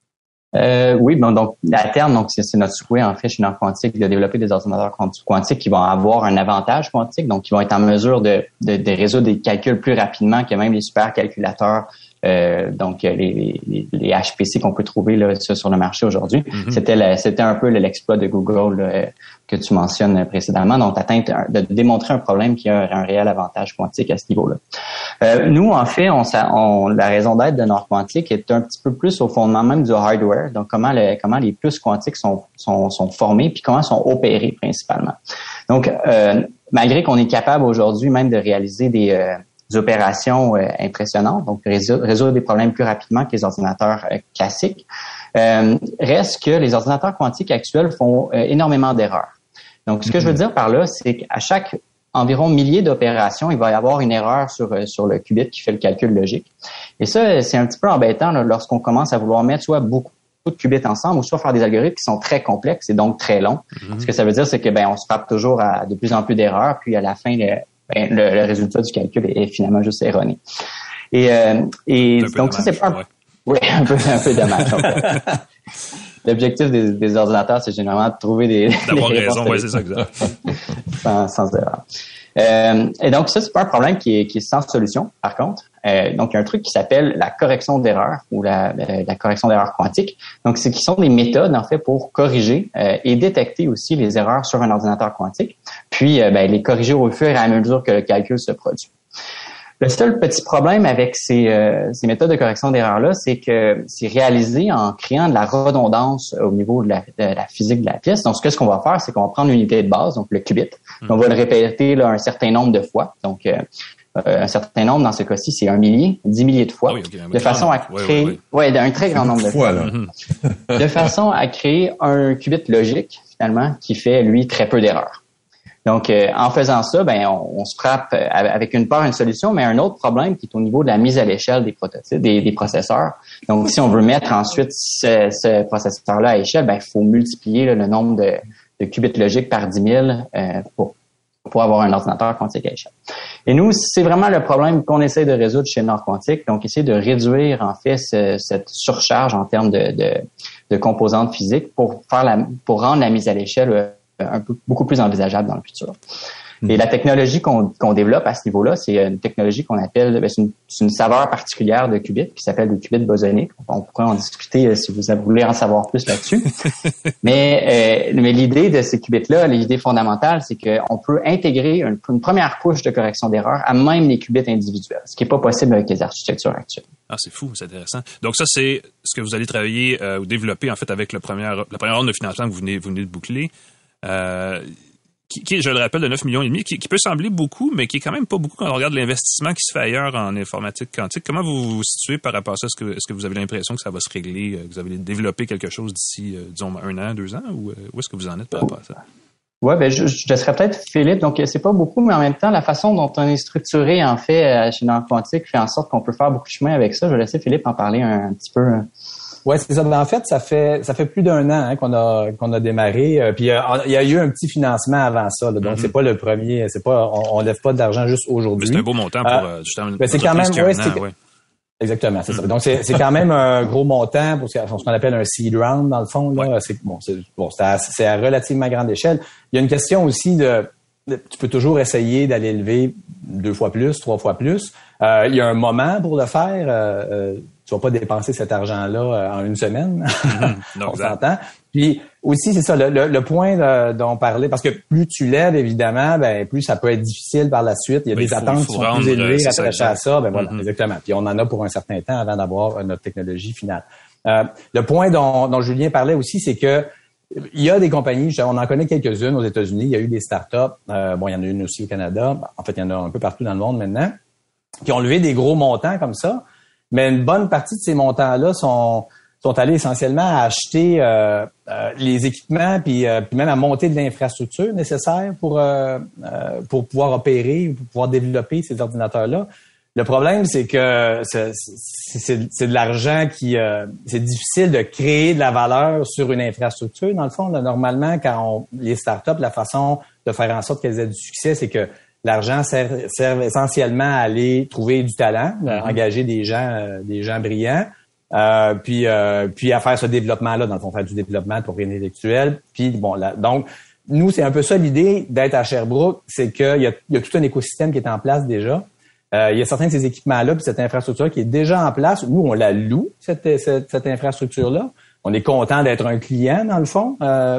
Oui, donc à terme, donc c'est notre souhait en fait chez Nord-Quantique de développer des ordinateurs quantiques qui vont avoir un avantage quantique, donc qui vont être en mesure de résoudre des calculs plus rapidement que même les supercalculateurs. Donc les HPC qu'on peut trouver là sur le marché aujourd'hui. Mm-hmm. C'était un peu l'exploit de Google que tu mentionnes précédemment. Donc de démontrer un problème qui a un réel avantage quantique à ce niveau-là. Nous en fait, la raison d'être de Nord-Quantique est un petit peu plus au fondement même du hardware. Donc comment les puces quantiques sont formées puis comment sont opérées principalement. Donc malgré qu'on est capable aujourd'hui même de réaliser des opérations impressionnantes, donc résoudre des problèmes plus rapidement que les ordinateurs classiques. Reste que les ordinateurs quantiques actuels font énormément d'erreurs. Donc, ce que je veux dire par là, c'est qu'à chaque environ milliers d'opérations, il va y avoir une erreur sur le qubit qui fait le calcul logique. Et ça, c'est un petit peu embêtant là, lorsqu'on commence à vouloir mettre soit beaucoup de qubits ensemble ou soit faire des algorithmes qui sont très complexes et donc très longs. Mm-hmm. Ce que ça veut dire, c'est que on se frappe toujours à de plus en plus d'erreurs, puis à la fin, le résultat du calcul est finalement juste erroné. Et donc ça, c'est pas oui, un peu dommage. En fait. L'objectif des ordinateurs, c'est généralement de trouver d'avoir raison, oui, c'est ça, exact. sans erreur. Et donc ça, c'est pas un problème qui est sans solution, par contre. Donc, il y a un truc qui s'appelle la correction d'erreur ou la correction d'erreur quantique. Donc, qui sont des méthodes, en fait, pour corriger et détecter aussi les erreurs sur un ordinateur quantique, puis les corriger au fur et à mesure que le calcul se produit. Le seul petit problème avec ces méthodes de correction d'erreur-là, c'est que c'est réalisé en créant de la redondance au niveau de la physique de la pièce. Donc, ce qu'on va faire, c'est qu'on va prendre une unité de base, donc le qubit. On va le répéter là, un certain nombre de fois. Donc, un certain nombre, dans ce cas-ci, c'est 1 millier, 10 milliers de fois, ah oui, okay, de façon à créer, un très grand nombre de fois, de façon à créer un qubit logique, finalement, qui fait, lui, très peu d'erreurs. Donc, en faisant ça, on se frappe avec une solution, mais un autre problème qui est au niveau de la mise à l'échelle des prototypes, des processeurs. Donc, si on veut mettre ensuite ce processeur-là à échelle, il faut multiplier le nombre de qubits logiques par 10 000 pour avoir un ordinateur quantique à échelle. Et nous, c'est vraiment le problème qu'on essaie de résoudre chez Nord-Quantique. Donc, essayer de réduire, en fait, cette surcharge en termes de composantes physiques pour rendre la mise à l'échelle beaucoup plus envisageable dans le futur. Et la technologie qu'on développe à ce niveau-là, c'est une technologie qu'on appelle, c'est une saveur particulière de qubits qui s'appelle le qubit bosonique. On pourrait en discuter si vous voulez en savoir plus là-dessus. mais l'idée de ces qubits-là, l'idée fondamentale, c'est qu'on peut intégrer une première couche de correction d'erreur à même les qubits individuels, ce qui n'est pas possible avec les architectures actuelles. Ah, c'est fou, c'est intéressant. Donc ça, c'est ce que vous allez travailler ou développer en fait avec la première ronde de financement que vous venez de boucler. Qui, je le rappelle, de 9,5 millions, qui peut sembler beaucoup, mais qui est quand même pas beaucoup quand on regarde l'investissement qui se fait ailleurs en informatique quantique. Comment vous vous situez par rapport à ça? Est-ce que vous avez l'impression que ça va se régler, que vous avez développé quelque chose d'ici, disons, 1 an, 2 ans, ou où est-ce que vous en êtes par rapport à ça? Ouais, je laisserais peut-être Philippe. Donc, c'est pas beaucoup, mais en même temps, la façon dont on est structuré, en fait, chez Nord Quantique fait en sorte qu'on peut faire beaucoup de chemin avec ça. Je vais laisser Philippe en parler un petit peu. Ouais, c'est ça. En fait, ça fait plus d'1 an qu'on a démarré. Puis il y a eu un petit financement avant ça. Là, donc c'est pas le premier. C'est pas on lève pas d'argent juste aujourd'hui. Mais c'est un beau montant pour justement. C'est quand même. Exactement, c'est ça. Donc c'est quand même un gros montant pour ce qu'on appelle un seed round dans le fond. Là, c'est à relativement grande échelle. Il y a une question aussi tu peux toujours essayer d'aller lever 2 fois plus, 3 fois plus. Il y a un moment pour le faire. Tu vas pas dépenser cet argent-là en une semaine. On s'entend. Puis aussi, c'est ça, le point dont on parlait, parce que plus tu lèves, évidemment, plus ça peut être difficile par la suite. Il y a des attentes qui sont plus élevées attachées à ça. Voilà, exactement. Puis on en a pour un certain temps avant d'avoir notre technologie finale. Le point dont Julien parlait aussi, c'est que il y a des compagnies, on en connaît quelques-unes aux États-Unis, il y a eu des startups, il y en a une aussi au Canada, en fait, il y en a un peu partout dans le monde maintenant, qui ont levé des gros montants comme ça, mais une bonne partie de ces montants-là sont allés essentiellement à acheter les équipements puis même à monter de l'infrastructure nécessaire pour pouvoir opérer, pour pouvoir développer ces ordinateurs-là. Le problème, c'est que c'est de l'argent c'est difficile de créer de la valeur sur une infrastructure. Dans le fond, là, normalement, quand les startups, la façon de faire en sorte qu'elles aient du succès, c'est que l'argent sert essentiellement à aller trouver du talent, engager des gens brillants, puis à faire ce développement-là, dans le fond, faire du développement de propriété intellectuelle. Puis donc nous, c'est un peu ça l'idée d'être à Sherbrooke, c'est qu'il y a tout un écosystème qui est en place déjà. Il y a certains de ces équipements-là, puis cette infrastructure qui est déjà en place. Nous, on la loue, cette infrastructure-là. On est content d'être un client, dans le fond,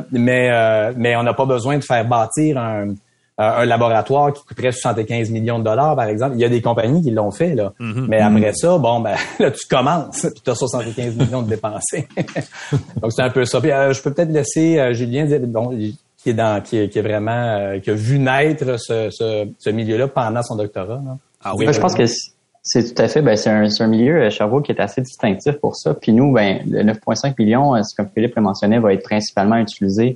mais on n'a pas besoin de faire bâtir un laboratoire qui coûterait 75 millions de dollars, par exemple. Il y a des compagnies qui l'ont fait, là. Mais après ça, là, tu commences, puis tu as 75 millions de dépensés. Donc, c'est un peu ça. Puis, je peux peut-être laisser Julien dire, qui est vraiment, qui a vu naître ce milieu-là pendant son doctorat, là. Ah oui, je pense que c'est tout à fait, c'est un milieu, Sherbrooke, qui est assez distinctif pour ça. Puis nous, le 9,5 millions, comme Philippe le mentionnait, va être principalement utilisé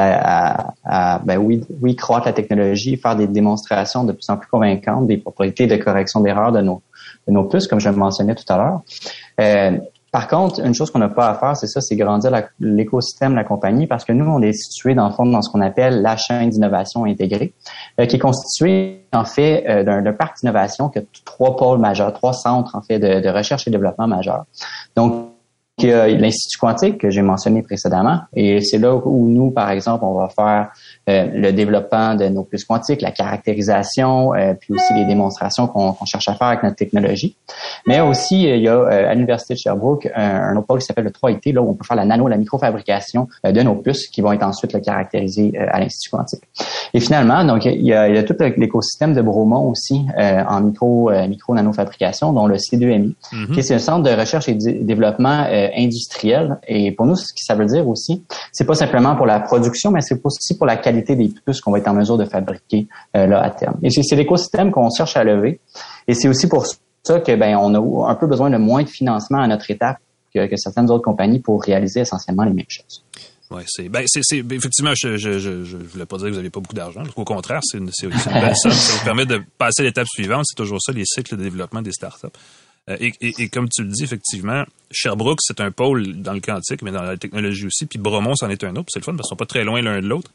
croître la technologie, faire des démonstrations de plus en plus convaincantes des propriétés de correction d'erreurs de nos puces, comme je le mentionnais tout à l'heure. Par contre, une chose qu'on n'a pas à faire, c'est grandir l'écosystème de la compagnie, parce que nous, on est situé dans le fond dans ce qu'on appelle la chaîne d'innovation intégrée, qui est constituée en fait d'un parc d'innovation qui a 3 pôles majeurs, 3 centres en fait de recherche et développement majeurs. Donc, il y a l'Institut quantique que j'ai mentionné précédemment, et c'est là où nous, par exemple, on va faire le développement de nos puces quantiques, la caractérisation, puis aussi les démonstrations qu'on cherche à faire avec notre technologie. Mais aussi, il y a à l'Université de Sherbrooke un autre pôle qui s'appelle le 3IT, là où on peut faire la microfabrication de nos puces qui vont être ensuite caractérisées à l'Institut quantique. Et finalement, donc il y a tout l'écosystème de Bromont aussi en micro-nanofabrication, dont le C2MI, qui est un centre de recherche et développement industriel. Et pour nous, ce que ça veut dire aussi, c'est pas simplement pour la production, mais c'est aussi pour la qualité des puces qu'on va être en mesure de fabriquer là à terme. Et c'est l'écosystème qu'on cherche à lever. Et c'est aussi pour ça que on a un peu besoin de moins de financement à notre étape que certaines autres compagnies pour réaliser essentiellement les mêmes choses. Ouais, effectivement, je voulais pas dire que vous n'avez pas beaucoup d'argent. Au contraire, c'est aussi une belle somme. Ça vous permet de passer à l'étape suivante. C'est toujours ça, les cycles de développement des startups. Et comme tu le dis, effectivement, Sherbrooke, c'est un pôle dans le quantique, mais dans la technologie aussi. Puis Bromont, c'en est un autre. C'est le fun parce qu'ils sont pas très loin l'un de l'autre.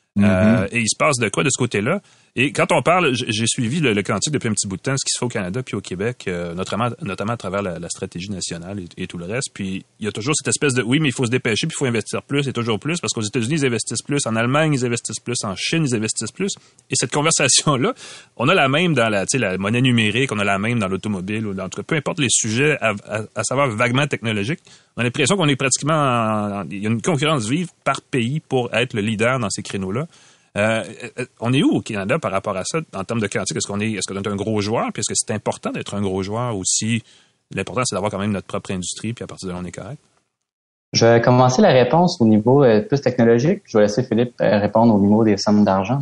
Et il se passe de quoi de ce côté-là? Et quand on parle, j'ai suivi le quantique depuis un petit bout de temps, ce qui se fait au Canada puis au Québec, notamment à travers la stratégie nationale et tout le reste. Puis il y a toujours cette espèce de oui, mais il faut se dépêcher puis il faut investir plus et toujours plus parce qu'aux États-Unis ils investissent plus, en Allemagne ils investissent plus, en Chine ils investissent plus. Et cette conversation-là, on a la même dans la monnaie numérique, on a la même dans l'automobile ou dans en tout cas, peu importe les sujets à savoir vaguement technologiques. On a l'impression qu'on est pratiquement il y a une concurrence vive par pays pour être le leader dans ces créneaux-là. On est où au Canada par rapport à ça en termes de quantique? Est-ce qu'on est un gros joueur? Puis est-ce que c'est important d'être un gros joueur aussi? L'important, c'est d'avoir quand même notre propre industrie, puis à partir de là, on est correct. Je vais commencer la réponse au niveau plus technologique. Je vais laisser Philippe répondre au niveau des sommes d'argent.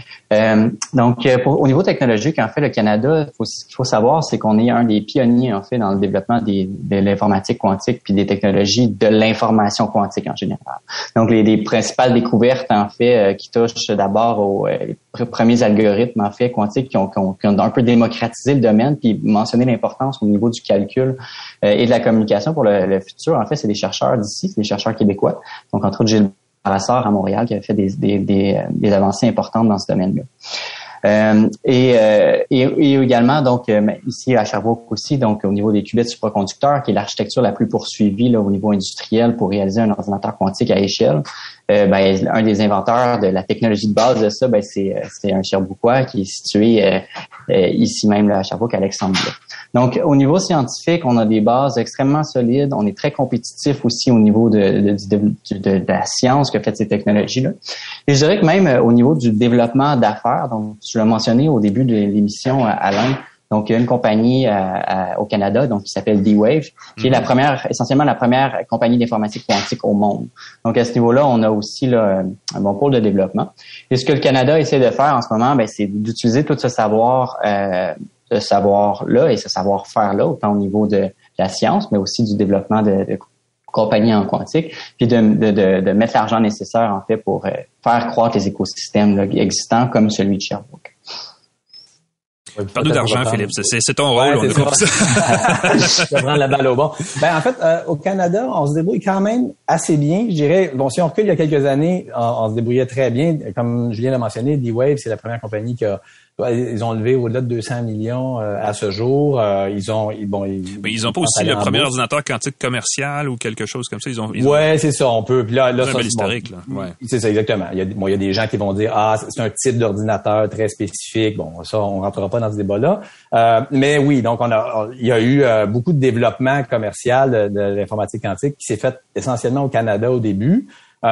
Donc, au niveau technologique, en fait, le Canada, ce qu'il faut savoir, c'est qu'on est un des pionniers, en fait, dans le développement de l'informatique quantique puis des technologies de l'information quantique en général. Donc, les principales découvertes, en fait, qui touchent d'abord aux premiers algorithmes, en fait, quantiques qui ont un peu démocratisé le domaine puis mentionné l'importance au niveau du calcul et de la communication pour le futur. En fait, c'est des chercheurs d'ici, c'est des chercheurs québécois. Donc, entre autres, Gilles Barassard à Montréal qui a fait des avancées importantes dans ce domaine-là. Et également, donc, ici à Sherbrooke aussi, donc, au niveau des qubits supraconducteurs, qui est l'architecture la plus poursuivie, là, au niveau industriel pour réaliser un ordinateur quantique à échelle. Un des inventeurs de la technologie de base de ça, c'est un Sherbrookois qui est situé ici même là, à Sherbrooke, Alexandre. Donc, au niveau scientifique, on a des bases extrêmement solides. On est très compétitif aussi au niveau de la science que fait ces technologies-là. Et je dirais que même au niveau du développement d'affaires, donc tu l'as mentionné au début de l'émission, Alain, donc il y a une compagnie au Canada donc qui s'appelle D-Wave, qui est essentiellement la première compagnie d'informatique quantique au monde. Donc à ce niveau-là, on a aussi là, un bon pôle de développement. Et ce que le Canada essaie de faire en ce moment, c'est d'utiliser tout ce savoir-là et ce savoir-faire-là, autant au niveau de la science, mais aussi du développement de compagnies en quantique, puis de mettre l'argent nécessaire, en fait, pour faire croître les écosystèmes là, existants comme celui de Sherbrooke. Parle-nous d'argent, Philippe. C'est ton rôle. Ouais, on je vais prendre la balle au bon. En fait, au Canada, on se débrouille quand même assez bien. Je dirais, bon, si on recule il y a quelques années, on se débrouillait très bien. Comme Julien l'a mentionné, D-Wave, c'est la première compagnie ils ont levé au-delà de 200 millions à ce jour. Ils ont pas aussi le premier ordinateur quantique commercial ou quelque chose comme ça. Ouais, c'est ça. On peut. Puis là, c'est un bel historique, là. Ouais. C'est ça, exactement. Il y a des gens qui vont dire c'est un type d'ordinateur très spécifique. Bon, ça, on rentrera pas dans ce débat-là. Mais oui, donc il y a eu beaucoup de développement commercial de l'informatique quantique qui s'est fait essentiellement au Canada au début.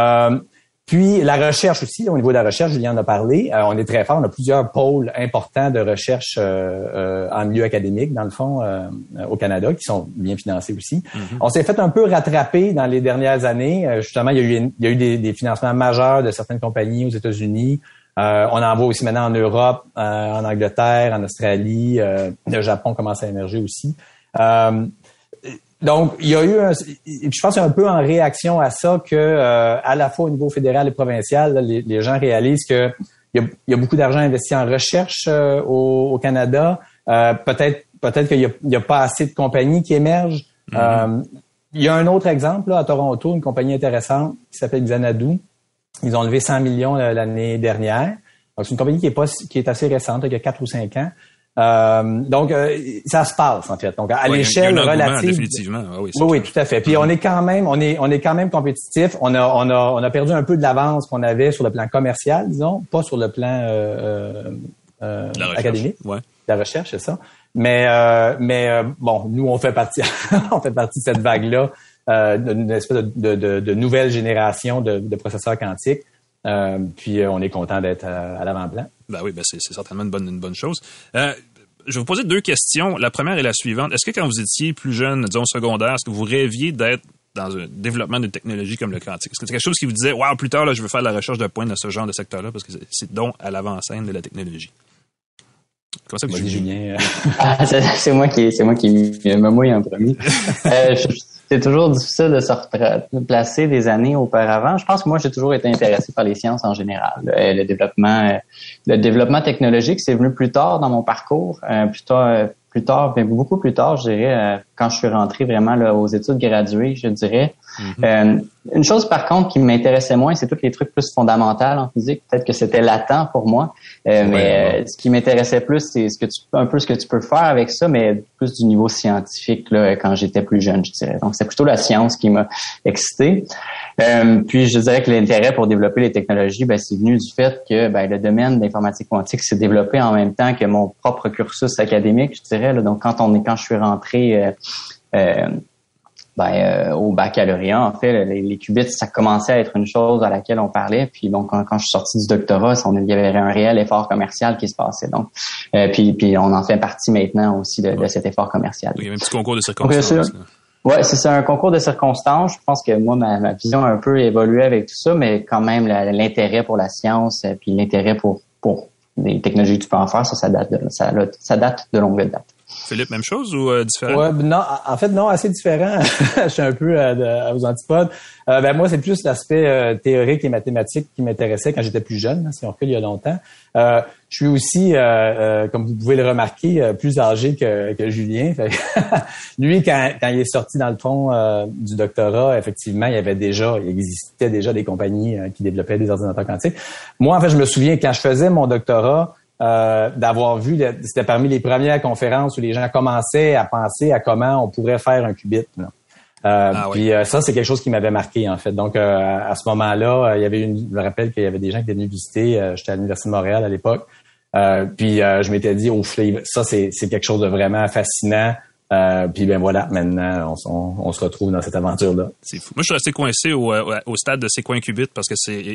Puis la recherche aussi, au niveau de la recherche, Julien en a parlé, on est très fort, on a plusieurs pôles importants de recherche en milieu académique, dans le fond, au Canada, qui sont bien financés aussi. Mm-hmm. On s'est fait un peu rattraper dans les dernières années. Justement, il y a eu des financements majeurs de certaines compagnies aux États-Unis. On en voit aussi maintenant en Europe, en Angleterre, en Australie. Le Japon commence à émerger aussi. Donc, il y a eu je pense un peu en réaction à ça que à la fois au niveau fédéral et provincial, là, les gens réalisent que il y a beaucoup d'argent investi en recherche au Canada. Peut-être qu'il y a pas assez de compagnies qui émergent. Mm-hmm. Il y a un autre exemple là, à Toronto, une compagnie intéressante qui s'appelle Xanadu. Ils ont levé 100 millions l'année dernière. Donc, c'est une compagnie qui est assez récente, qui a 4 ou 5 ans. Donc ça se passe en fait. Donc à l'échelle relative, définitivement. Oui, tout à fait. Puis on est quand même compétitif. On a perdu un peu de l'avance qu'on avait sur le plan commercial, disons, pas sur le plan académique. Ouais. La recherche, c'est ça. Mais bon, nous on fait partie de cette vague-là d'une espèce de nouvelle génération de processeurs quantiques. Puis on est content d'être à l'avant-plan. Ben oui, c'est certainement une bonne chose. Je vais vous poser 2 questions. La première est la suivante. Est-ce que quand vous étiez plus jeune, disons secondaire, est-ce que vous rêviez d'être dans un développement d'une technologie comme le quantique? Est-ce que c'est quelque chose qui vous disait, wow, plus tard, là, je veux faire de la recherche de pointe dans ce genre de secteur-là parce que c'est donc à l'avant-scène de la technologie? Comment ça que tu Julien? C'est moi qui me mouille en premier. C'est toujours difficile de se replacer des années auparavant. Je pense que moi, j'ai toujours été intéressé par les sciences en général. Le développement technologique, c'est venu plus tard dans mon parcours, plus tard, mais beaucoup plus tard, je dirais, quand je suis rentré vraiment là, aux études graduées, je dirais. Mm-hmm. Une chose, par contre, qui m'intéressait moins, c'est tous les trucs plus fondamentaux en physique. Peut-être que c'était latent pour moi. Ce qui m'intéressait plus, c'est un peu ce que tu peux faire avec ça, mais plus du niveau scientifique, là, quand j'étais plus jeune, je dirais. Donc, c'est plutôt la science qui m'a excité. Puis, je dirais que l'intérêt pour développer les technologies, c'est venu du fait que, le domaine d'informatique quantique s'est développé en même temps que mon propre cursus académique, je dirais, là. Donc, quand je suis rentré, au baccalauréat, en fait, les qubits, ça commençait à être une chose à laquelle on parlait. Puis donc, quand je suis sorti du doctorat, il y avait un réel effort commercial qui se passait. Donc, puis on en fait partie maintenant aussi de cet effort commercial. Il y a un petit concours de circonstances. Ouais, c'est ça, un concours de circonstances. Je pense que moi, ma vision a un peu évolué avec tout ça, mais quand même, l'intérêt pour la science, puis l'intérêt pour les technologies que tu peux en faire, ça date de longue date. Philippe, même chose ou différent? Ouais, non, en fait, non, assez différent. Je suis un peu aux antipodes. Moi, c'est plus l'aspect théorique et mathématique qui m'intéressait quand j'étais plus jeune, si on recule il y a longtemps. Je suis aussi, comme vous pouvez le remarquer, plus âgé que Julien. Lui, quand il est sorti dans le fond du doctorat, effectivement, il existait déjà des compagnies qui développaient des ordinateurs quantiques. Moi, en fait, je me souviens, quand je faisais mon doctorat, d'avoir vu, c'était parmi les premières conférences où les gens commençaient à penser à comment on pourrait faire un qubit. Puis ça, c'est quelque chose qui m'avait marqué, en fait. Donc, à ce moment-là, il y avait je me rappelle qu'il y avait des gens qui étaient venus visiter. J'étais à l'Université de Montréal à l'époque. Puis je m'étais dit, ça, c'est quelque chose de vraiment fascinant. Puis voilà, maintenant, on se retrouve dans cette aventure-là. C'est fou. Moi, je suis resté coincé au stade de c'est quoi un qubit parce que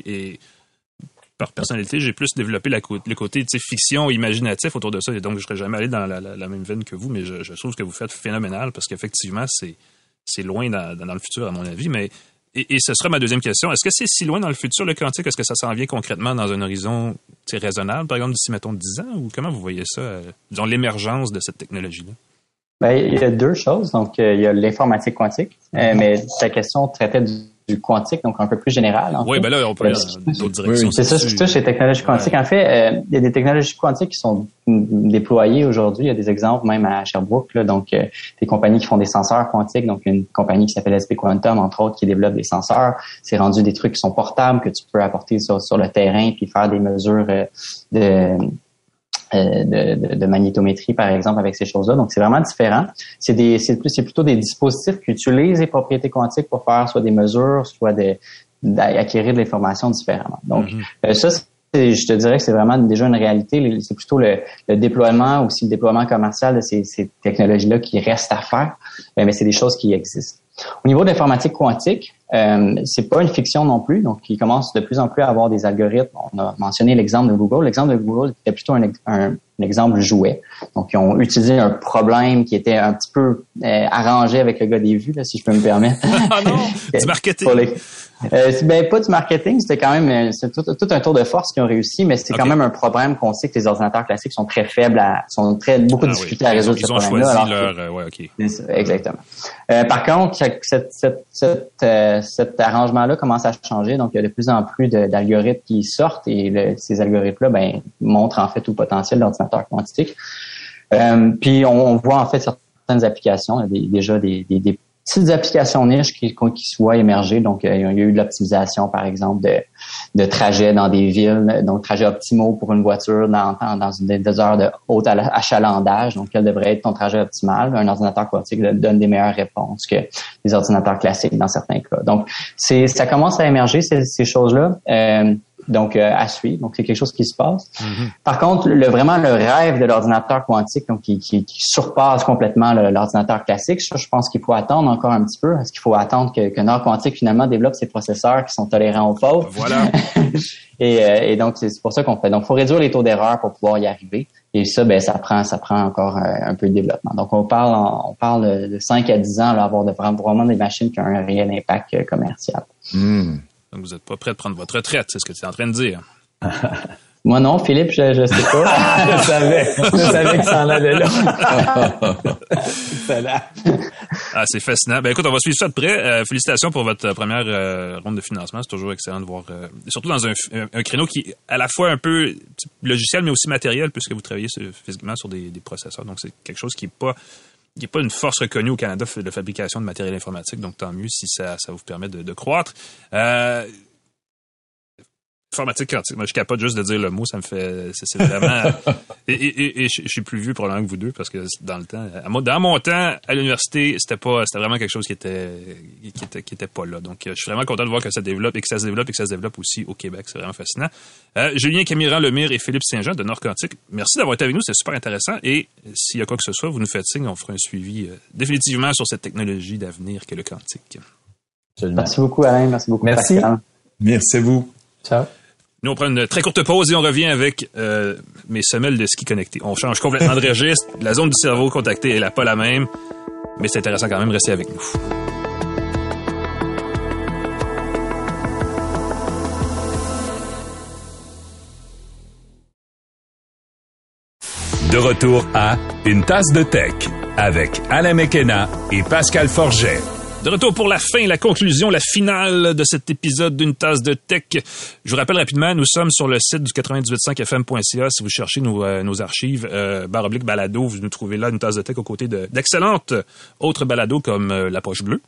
par personnalité, j'ai plus développé le côté fiction imaginatif autour de ça. Et donc, je ne serais jamais allé dans la même veine que vous, mais je trouve ce que vous faites phénoménal parce qu'effectivement, c'est loin dans le futur, à mon avis. Mais et ce sera ma deuxième question. Est-ce que c'est si loin dans le futur, le quantique? Est-ce que ça s'en vient concrètement dans un horizon raisonnable, par exemple, d'ici, mettons, 10 ans? Ou comment vous voyez ça, disons, l'émergence de cette technologie-là? Il y a deux choses. Donc, il y a l'informatique quantique, mais ta question traitait du quantique, donc un peu plus général. Oui, là, on peut aller dans d'autres directions. C'est ça, je touche les technologies quantiques. En fait, il y a des technologies quantiques qui sont déployées aujourd'hui. Il y a des exemples même à Sherbrooke, là, donc des compagnies qui font des senseurs quantiques. Donc, une compagnie qui s'appelle SP Quantum, entre autres, qui développe des senseurs. C'est rendu des trucs qui sont portables, que tu peux apporter sur le terrain puis faire des mesures de magnétométrie, par exemple, avec ces choses-là. Donc, c'est vraiment différent. C'est plutôt des dispositifs qui utilisent les propriétés quantiques pour faire soit des mesures, soit d'acquérir de l'information différemment. Donc, ça, je te dirais que c'est vraiment déjà une réalité. C'est plutôt le déploiement, aussi le déploiement commercial de ces technologies-là qui restent à faire. Mais c'est des choses qui existent. Au niveau de l'informatique quantique, c'est pas une fiction non plus. Donc, il commence de plus en plus à avoir des algorithmes. On a mentionné l'exemple de Google. L'exemple de Google était plutôt un exemple jouet. Donc, ils ont utilisé un problème qui était un petit peu arrangé avec le gars des vues, là, si je peux me permettre. Ah non, du marketing. Pas du marketing, c'était quand même c'est tout un tour de force qu'ils ont réussi, mais c'est quand même un problème qu'on sait que les ordinateurs classiques sont très faibles, beaucoup de difficultés à résoudre ce problème-là. Ils ont choisi C'est ça, exactement. Par contre, cet arrangement-là commence à changer, donc il y a de plus en plus d'algorithmes qui sortent et ces algorithmes-là, montrent en fait tout le potentiel de l'ordinateur quantique. Puis on voit en fait certaines applications, il y a déjà des petites applications niches qui se voient émerger. Donc, il y a eu de l'optimisation, par exemple, de trajets dans des villes, donc trajets optimaux pour une voiture dans des heures de haut achalandage. Donc, quel devrait être ton trajet optimal? Un ordinateur quantique donne des meilleures réponses que les ordinateurs classiques dans certains cas. Donc, ça commence à émerger, ces choses-là. Donc, à suivre. Donc, c'est quelque chose qui se passe. Par contre, vraiment le rêve de l'ordinateur quantique, donc qui surpasse complètement l'ordinateur classique, je pense qu'il faut attendre encore un petit peu. Est-ce qu'il faut attendre que Nord Quantique finalement développe ses processeurs qui sont tolérants aux fautes? Voilà. et donc, c'est pour ça qu'on fait. Donc, il faut réduire les taux d'erreur pour pouvoir y arriver. Et ça, ça prend encore un peu de développement. Donc, on parle de 5 à 10 ans, là, avoir vraiment des machines qui ont un réel impact commercial. Donc, vous n'êtes pas prêt de prendre votre retraite, c'est ce que tu es en train de dire. Moi non, Philippe, je sais pas. Je savais que ça en allait là. C'est fascinant. Écoute, on va suivre ça de près. Félicitations pour votre première ronde de financement. C'est toujours excellent de voir, surtout dans un créneau qui est à la fois un peu logiciel, mais aussi matériel, puisque vous travaillez physiquement sur des processeurs. Donc, c'est quelque chose qui est pas il n'y a pas une force reconnue au Canada de fabrication de matériel informatique, donc tant mieux si ça vous permet de croître. Informatique quantique, moi je capote juste de dire le mot, ça me fait, c'est vraiment, et je suis plus vieux probablement que vous deux parce que dans le temps, dans mon temps à l'université, c'était vraiment quelque chose qui était pas là. Donc je suis vraiment content de voir que ça développe et que ça se développe aussi au Québec, c'est vraiment fascinant. Julien Camiran-Lemire et Philippe Saint-Jean de Nord Quantique, merci d'avoir été avec nous, c'est super intéressant et s'il y a quoi que ce soit, vous nous faites signe, on fera un suivi définitivement sur cette technologie d'avenir qu'est le quantique. Merci beaucoup Alain, merci beaucoup Pascal. Merci à vous. Ciao. Nous, on prend une très courte pause et on revient avec mes semelles de ski connectées. On change complètement de registre. La zone du cerveau contactée, elle n'est pas la même. Mais c'est intéressant quand même. Restez avec nous. De retour à Une tasse de tech avec Alain McKenna et Pascal Forget. De retour pour la fin, la conclusion, la finale de cet épisode d'Une tasse de tech. Je vous rappelle rapidement, nous sommes sur le site du 98.5fm.ca. Si vous cherchez nos archives, / balado, vous nous trouvez là Une tasse de tech aux côtés d'excellentes autres balados comme La Poche Bleue.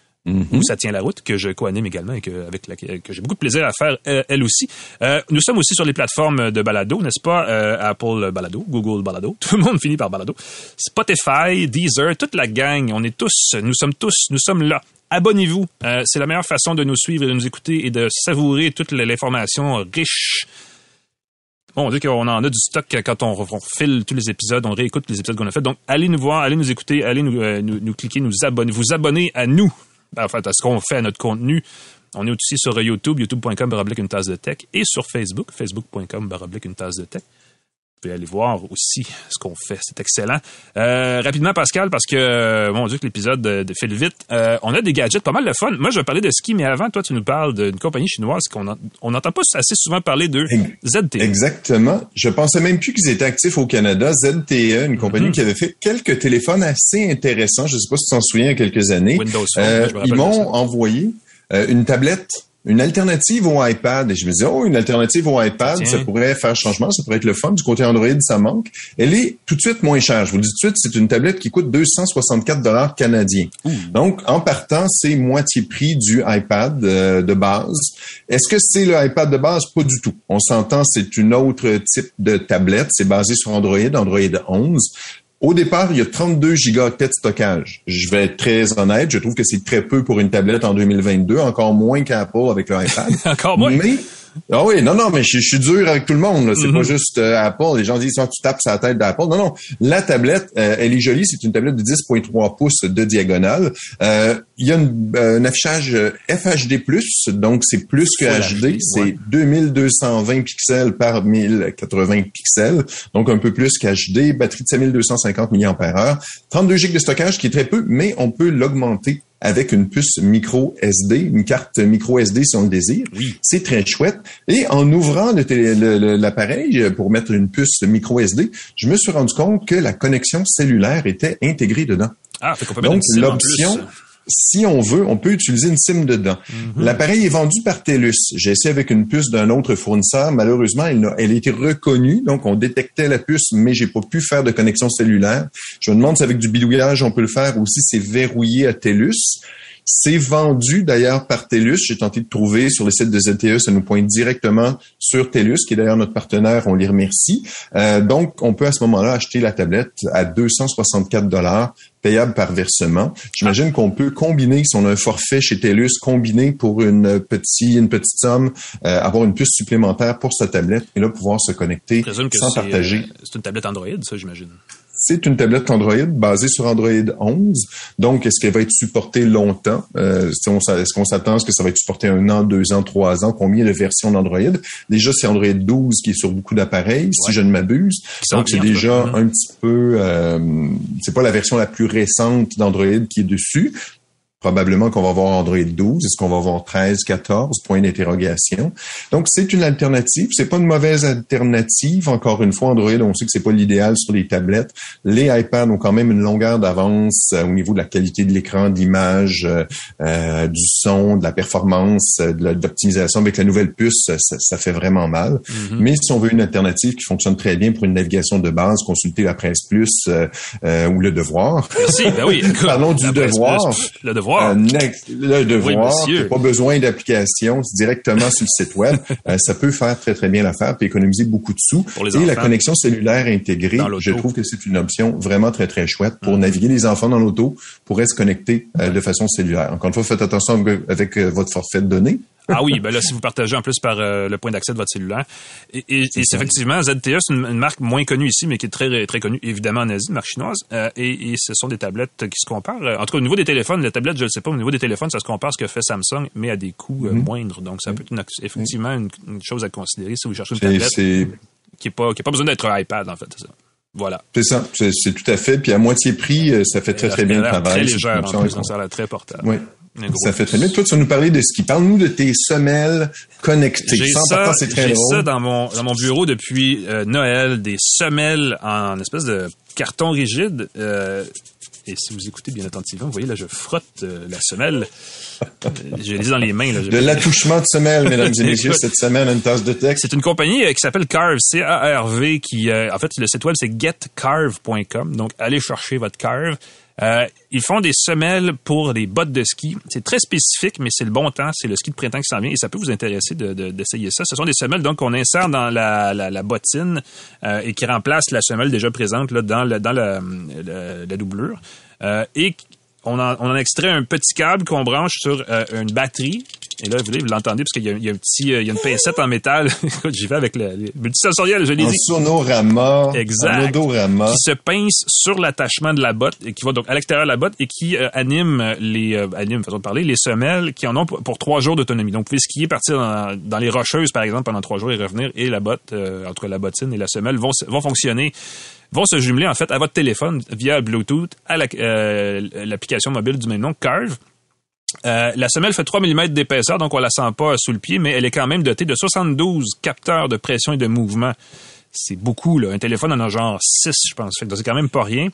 Où ça tient la route, que je co-anime également et que j'ai beaucoup de plaisir à faire elle aussi. Nous sommes aussi sur les plateformes de balado, n'est-ce pas? Apple Balado, Google Balado, tout le monde finit par balado. Spotify, Deezer, toute la gang, nous sommes là. Abonnez-vous. C'est la meilleure façon de nous suivre et de nous écouter et de savourer toute l'information riche. Bon, on dit qu'on en a du stock quand on file tous les épisodes, on réécoute les épisodes qu'on a fait. Donc, allez nous voir, allez nous écouter, allez nous cliquer, vous abonner à nous. Enfin, à ce qu'on fait à notre contenu. On est aussi sur YouTube, youtube.com/une tasse de tech et sur Facebook, facebook.com/une tasse de tech. Vous pouvez aller voir aussi ce qu'on fait. C'est excellent. Rapidement, Pascal, parce que, mon Dieu, que l'épisode file vite. On a des gadgets pas mal de fun. Moi, je vais parler de ski, mais avant, toi, tu nous parles d'une compagnie chinoise on n'entend pas assez souvent parler d'eux. ZTE. Exactement. Je pensais même plus qu'ils étaient actifs au Canada. ZTE, une compagnie qui avait fait quelques téléphones assez intéressants. Je ne sais pas si tu t'en souviens, il y a quelques années. Windows Phone, ils m'ont envoyé une tablette, une alternative au iPad. Et je me disais, une alternative au iPad, ça pourrait faire changement, ça pourrait être le fun. Du côté Android, ça manque. Elle est tout de suite moins chère. Je vous le dis tout de suite, c'est une tablette qui coûte 264 $ canadiens. Donc, en partant, c'est moitié prix du iPad de base. Est-ce que c'est le iPad de base? Pas du tout. On s'entend, c'est une autre type de tablette. C'est basé sur Android 11. Au départ, il y a 32 gigaoctets de stockage. Je vais être très honnête, je trouve que c'est très peu pour une tablette en 2022, encore moins qu'Apple avec le iPad. Encore moins? Mais mais je suis dur avec tout le monde. Là. C'est pas juste Apple. Les gens disent tu tapes sur la tête d'Apple. Non. La tablette, elle est jolie. C'est une tablette de 10.3 pouces de diagonale. Il y a un affichage FHD+, donc c'est plus que HD. C'est 2220 pixels par 1080 pixels, donc un peu plus qu'HD. Batterie de 5250 mAh. 32 GB de stockage, qui est très peu, mais on peut l'augmenter avec une puce micro SD, une carte micro SD si on le désire. Oui. C'est très chouette. Et en ouvrant l'appareil pour mettre une puce micro SD, je me suis rendu compte que la connexion cellulaire était intégrée dedans. Fait qu'on peut mettre donc une SIM l'option, en plus. Si on veut, on peut utiliser une SIM dedans. L'appareil est vendu par TELUS. J'ai essayé avec une puce d'un autre fournisseur. Malheureusement, elle a été reconnue. Donc, on détectait la puce, mais j'ai pas pu faire de connexion cellulaire. Je me demande si avec du bidouillage, on peut le faire ou si c'est verrouillé à TELUS. C'est vendu d'ailleurs par TELUS. J'ai tenté de trouver sur le site de ZTE, ça nous pointe directement sur TELUS, qui est d'ailleurs notre partenaire, on les remercie. Donc, on peut à ce moment-là acheter la tablette à 264 $, payable par versement. J'imagine qu'on peut combiner, si on a un forfait chez TELUS, combiner pour une petite somme, avoir une puce supplémentaire pour sa tablette et là pouvoir se connecter sans partager. C'est une tablette Android, ça, j'imagine. C'est une tablette Android basée sur Android 11. Donc, est-ce qu'elle va être supportée longtemps? Est-ce qu'on s'attend à ce que ça va être supporté 1 an, 2 ans, 3 ans? Combien de versions d'Android? Déjà, c'est Android 12 qui est sur beaucoup d'appareils, si je ne m'abuse. Donc, c'est déjà un petit peu... c'est pas la version la plus récente d'Android qui est dessus. Probablement qu'on va avoir Android 12. Est-ce qu'on va avoir 13, 14? Point d'interrogation. Donc, c'est une alternative. C'est pas une mauvaise alternative. Encore une fois, Android, on sait que c'est pas l'idéal sur les tablettes. Les iPads ont quand même une longueur d'avance au niveau de la qualité de l'écran, de l'image, du son, de la performance, de l'optimisation. Avec la nouvelle puce, ça fait vraiment mal. Mm-hmm. Mais si on veut une alternative qui fonctionne très bien pour une navigation de base, consulter la Presse Plus ou Le Devoir. Merci, ben oui. Parlons du Devoir. Le Devoir. Le Devoir, oui, pas besoin d'application, c'est directement sur le site web. Ça peut faire très, très bien l'affaire puis économiser beaucoup de sous. Et la connexion cellulaire intégrée, je trouve que c'est une option vraiment très, très chouette pour naviguer. Les enfants dans l'auto pourraient se connecter de façon cellulaire. Encore une fois, faites attention avec votre forfait de données. Ah oui, ben là, si vous partagez en plus par le point d'accès de votre cellulaire. Et c'est effectivement, ZTE, c'est une marque moins connue ici, mais qui est très, très connue, évidemment, en Asie, une marque chinoise. Et ce sont des tablettes qui se comparent. En tout cas, au niveau des téléphones, les tablettes, je ne sais pas, au niveau des téléphones, ça se compare à ce que fait Samsung, mais à des coûts moindres. Donc, ça peut être effectivement une chose à considérer si vous cherchez une tablette qui n'a pas besoin d'être un iPad, en fait. C'est ça. Voilà. C'est ça, c'est tout à fait. Puis à moitié prix, ça fait très, très bien le travail. Très légère, en plus, donc ça a l'air très portable. Oui. Ça fait très bien. Toi, tu vas nous parler de ski. Parle-nous de tes semelles connectées. J'ai ça dans mon bureau depuis Noël, des semelles en espèce de carton rigide. Et si vous écoutez bien attentivement, vous voyez, là, je frotte la semelle. Je les ai dans les mains. Là, de l'attouchement de semelle, mesdames et messieurs, cette semaine, une tasse de texte. C'est une compagnie qui s'appelle Carve, C-A-R-V, qui, en fait, le site web, c'est getcarve.com. Donc, allez chercher votre Carve. Ils font des semelles pour des bottes de ski. C'est très spécifique, mais c'est le bon temps. C'est le ski de printemps qui s'en vient et ça peut vous intéresser d'essayer ça. Ce sont des semelles donc qu'on insère dans la bottine et qui remplacent la semelle déjà présente là, dans la doublure. Et on en extrait un petit câble qu'on branche sur une batterie. Et là, vous l'entendez parce qu'il y a une pincette en métal. Écoute, j'y vais avec le multisensoriel, je l'ai dit. Un sonorama. Exact. Un odorama. Qui se pince sur l'attachement de la botte et qui va donc à l'extérieur de la botte et qui anime façon de parler, les semelles qui en ont pour 3 jours d'autonomie. Donc, vous pouvez skier, partir dans les Rocheuses, par exemple, pendant 3 jours et revenir et la botte, entre la bottine et la semelle vont fonctionner, vont se jumeler, en fait, à votre téléphone via Bluetooth à l'application mobile du même nom, Carve. La semelle fait 3 mm d'épaisseur, donc on la sent pas sous le pied, mais elle est quand même dotée de 72 capteurs de pression et de mouvement. C'est beaucoup, là. Un téléphone en a genre 6, je pense. Fait que c'est quand même pas rien.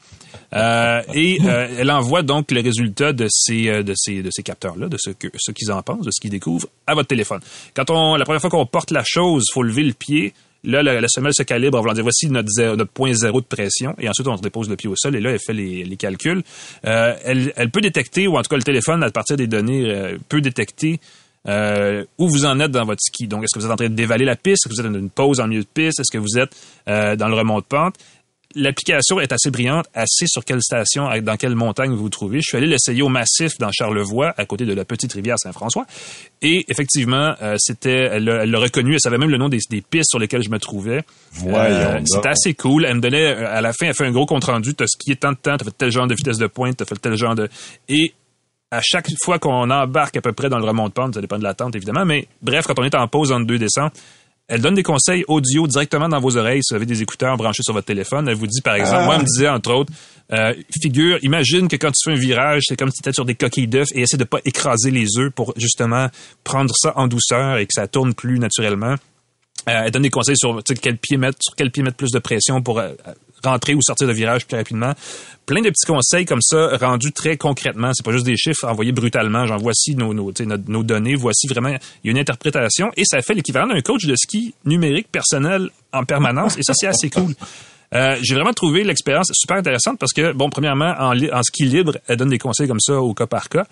Elle envoie donc les résultats de ces capteurs-là, de ce qu'ils en pensent, de ce qu'ils découvrent, à votre téléphone. La première fois qu'on porte la chose, faut lever le pied. Là, la semelle se calibre en voulant dire voici notre point zéro de pression et ensuite on dépose le pied au sol et là elle fait les calculs. Elle peut détecter, ou en tout cas le téléphone à partir des données peut détecter où vous en êtes dans votre ski. Donc est-ce que vous êtes en train de dévaler la piste, est-ce que vous êtes dans une pause en milieu de piste, est-ce que vous êtes dans le remont de pente. L'application est assez brillante, assez sur quelle station, dans quelle montagne vous vous trouvez. Je suis allé l'essayer au Massif dans Charlevoix, à côté de la petite rivière Saint-François. Et effectivement, elle l'a reconnu, elle savait même le nom des pistes sur lesquelles je me trouvais. C'était assez cool. Elle me donnait, à la fin, elle fait un gros compte-rendu. T'as skié tant de temps, t'as fait tel genre de vitesse de pointe, t'as fait tel genre de... Et à chaque fois qu'on embarque à peu près dans le remont de pente, ça dépend de la tente évidemment, mais bref, quand on est en pause entre 2 descentes, elle donne des conseils audio directement dans vos oreilles si vous avez des écouteurs branchés sur votre téléphone. Elle vous dit, par exemple, moi, elle me disait, entre autres, imagine que quand tu fais un virage, c'est comme si tu étais sur des coquilles d'œufs et essaie de pas écraser les œufs pour justement prendre ça en douceur et que ça tourne plus naturellement. Elle donne des conseils sur quel pied mettre plus de pression pour rentrer ou sortir de virage plus rapidement. Plein de petits conseils comme ça, rendus très concrètement. C'est pas juste des chiffres envoyés brutalement. Genre, voici nos données, voici vraiment... Il y a une interprétation et ça fait l'équivalent d'un coach de ski numérique personnel en permanence. Et ça, c'est assez cool. J'ai vraiment trouvé l'expérience super intéressante parce que, bon, premièrement, en ski libre, elle donne des conseils comme ça au cas par cas.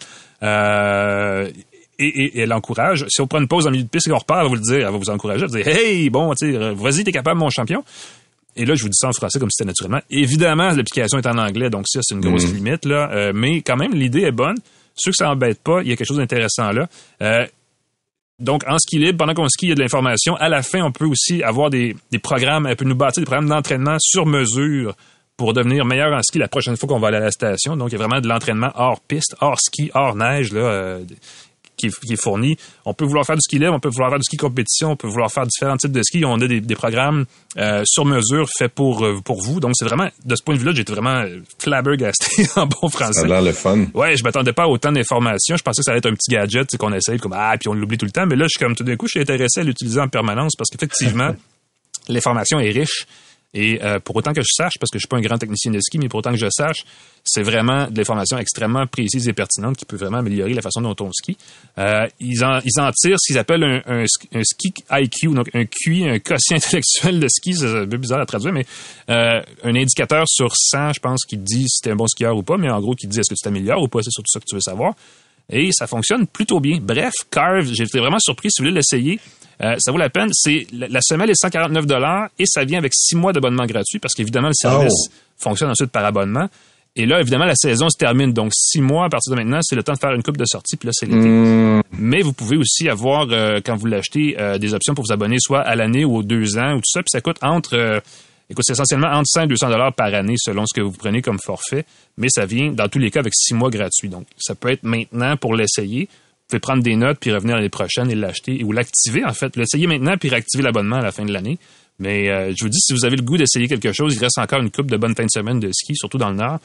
Et elle encourage. Si on prend une pause en milieu de piste et qu'on repart, elle va vous le dire, elle va vous encourager, elle va dire, hey, bon, tu sais, vas-y, t'es capable, mon champion. Et là, je vous dis ça en français comme si c'était naturellement. Évidemment, l'application est en anglais, donc ça, c'est une grosse limite, là. Mais quand même, l'idée est bonne. Ceux que ça embête pas, il y a quelque chose d'intéressant là. Donc, en ski libre, pendant qu'on skie, il y a de l'information. À la fin, on peut aussi avoir des programmes, elle peut nous bâtir des programmes d'entraînement sur mesure pour devenir meilleur en ski la prochaine fois qu'on va aller à la station. Donc, il y a vraiment de l'entraînement hors piste, hors ski, hors neige, là. qui est fourni. On peut vouloir faire du ski libre, on peut vouloir faire du ski compétition, on peut vouloir faire différents types de ski. On a des programmes sur mesure faits pour vous. Donc, c'est vraiment, de ce point de vue-là, j'étais vraiment flabbergasté en bon français. Ça a l'air le fun. Ouais, je m'attendais pas à autant d'informations. Je pensais que ça allait être un petit gadget qu'on essaye, comme puis on l'oublie tout le temps. Mais là, je suis comme tout d'un coup, je suis intéressé à l'utiliser en permanence parce qu'effectivement, l'information est riche. Et pour autant que je sache, parce que je suis pas un grand technicien de ski, mais pour autant que je sache, c'est vraiment de l'information extrêmement précise et pertinente qui peut vraiment améliorer la façon dont on skie. Ils en tirent ce qu'ils appellent un ski IQ, donc un QI, un quotient intellectuel de ski. C'est un peu bizarre à traduire, mais un indicateur sur 100, je pense, qui dit si t'es un bon skieur ou pas, mais en gros, qui dit est-ce que tu t'améliores ou pas, c'est surtout ça que tu veux savoir. Et ça fonctionne plutôt bien. Bref, Carve, j'étais vraiment surpris. Si vous voulez l'essayer, ça vaut la peine. La semelle est $149 et ça vient avec 6 mois d'abonnement gratuit parce qu'évidemment, le service fonctionne ensuite par abonnement. Et là, évidemment, la saison se termine. Donc, 6 mois à partir de maintenant, c'est le temps de faire une coupe de sortie. Puis là, c'est l'été. Mais vous pouvez aussi avoir, quand vous l'achetez, des options pour vous abonner soit à l'année ou aux 2 ans ou tout ça. Puis ça coûte c'est essentiellement entre 100 et 200 $ par année selon ce que vous prenez comme forfait. Mais ça vient, dans tous les cas, avec 6 mois gratuits. Donc, ça peut être maintenant pour l'essayer. Vous pouvez prendre des notes puis revenir l'année prochaine et l'acheter ou l'activer, en fait. L'essayer maintenant puis réactiver l'abonnement à la fin de l'année. Mais je vous dis, si vous avez le goût d'essayer quelque chose, il reste encore une couple de bonnes fins de semaine de ski, surtout dans le Nord.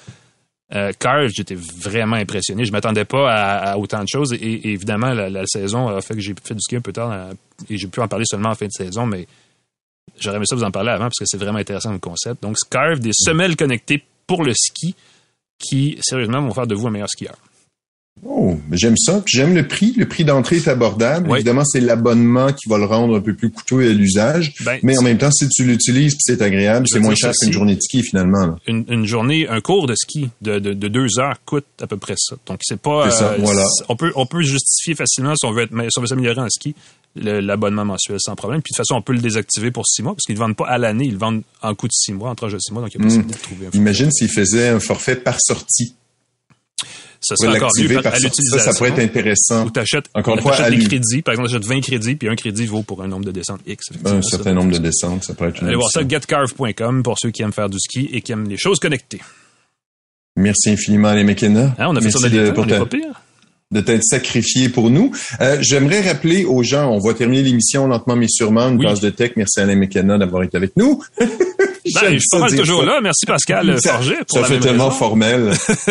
Carve, j'étais vraiment impressionné. Je m'attendais pas à autant de choses. Et évidemment, la saison a fait que j'ai fait du ski un peu tard et j'ai pu en parler seulement en fin de saison, mais j'aurais aimé ça vous en parler avant parce que c'est vraiment intéressant le concept. Donc, Carve, des semelles connectées pour le ski qui, sérieusement, vont faire de vous un meilleur skieur. Oh, j'aime ça. Puis j'aime le prix. Le prix d'entrée est abordable. Oui. Évidemment, c'est l'abonnement qui va le rendre un peu plus coûteux à l'usage. Mais en même temps, si tu l'utilises, puis c'est agréable, c'est moins cher qu'une journée de ski finalement. Là. Une journée, un cours de ski de 2 heures coûte à peu près ça. Donc c'est pas. C'est ça, voilà. On peut justifier facilement si on veut s'améliorer en ski l'abonnement mensuel sans problème. Puis de toute façon, on peut le désactiver pour 6 mois parce qu'ils ne vendent pas à l'année, ils le vendent en coût de 6 mois, en tranche de 6 mois. Donc il y a possibilité de trouver un forfait. Imagine s'ils faisaient un forfait par sortie. Ça serait encore mieux à l'utilisation. Ça pourrait être intéressant. Ou t'achètes des crédits. Par exemple, t'achètes 20 crédits, puis un crédit vaut pour un nombre de descentes X. Un certain nombre de descentes, ça pourrait être une Allez voir ça, getcarve.com pour ceux qui aiment faire du ski et qui aiment les choses connectées. Merci infiniment, Alain McKenna. On a fait ça on n'est pas pire. De t'être sacrifié pour nous. J'aimerais rappeler aux gens, on va terminer l'émission lentement mais sûrement, une classe de tech. Merci Alain McKenna d'avoir été avec nous. Je suis pas mal toujours là. Merci Pascal Forget. Ça fait tellement formel.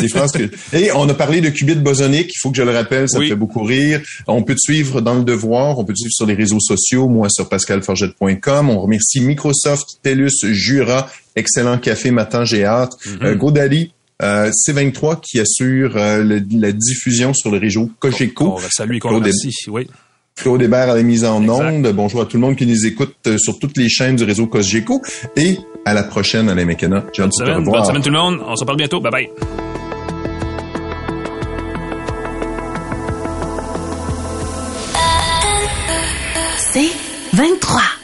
Et on a parlé de qubits bosoniques. Il faut que je le rappelle, ça me fait beaucoup rire. On peut te suivre dans le devoir. On peut te suivre sur les réseaux sociaux. Moi, sur pascalforget.com. On remercie Microsoft, TELUS, Jura. Excellent café matin, j'ai hâte. GoDaddy. C23 qui assure la diffusion sur le réseau Cogeco. Salut et qu'on remercie. Oui. Claude Hébert à la mise en onde. Bonjour à tout le monde qui nous écoute sur toutes les chaînes du réseau Cogeco. Et à la prochaine, Alain McKenna. J'ai hâte de te revoir. Bonne semaine tout le monde. On se parle bientôt. Bye bye. C23.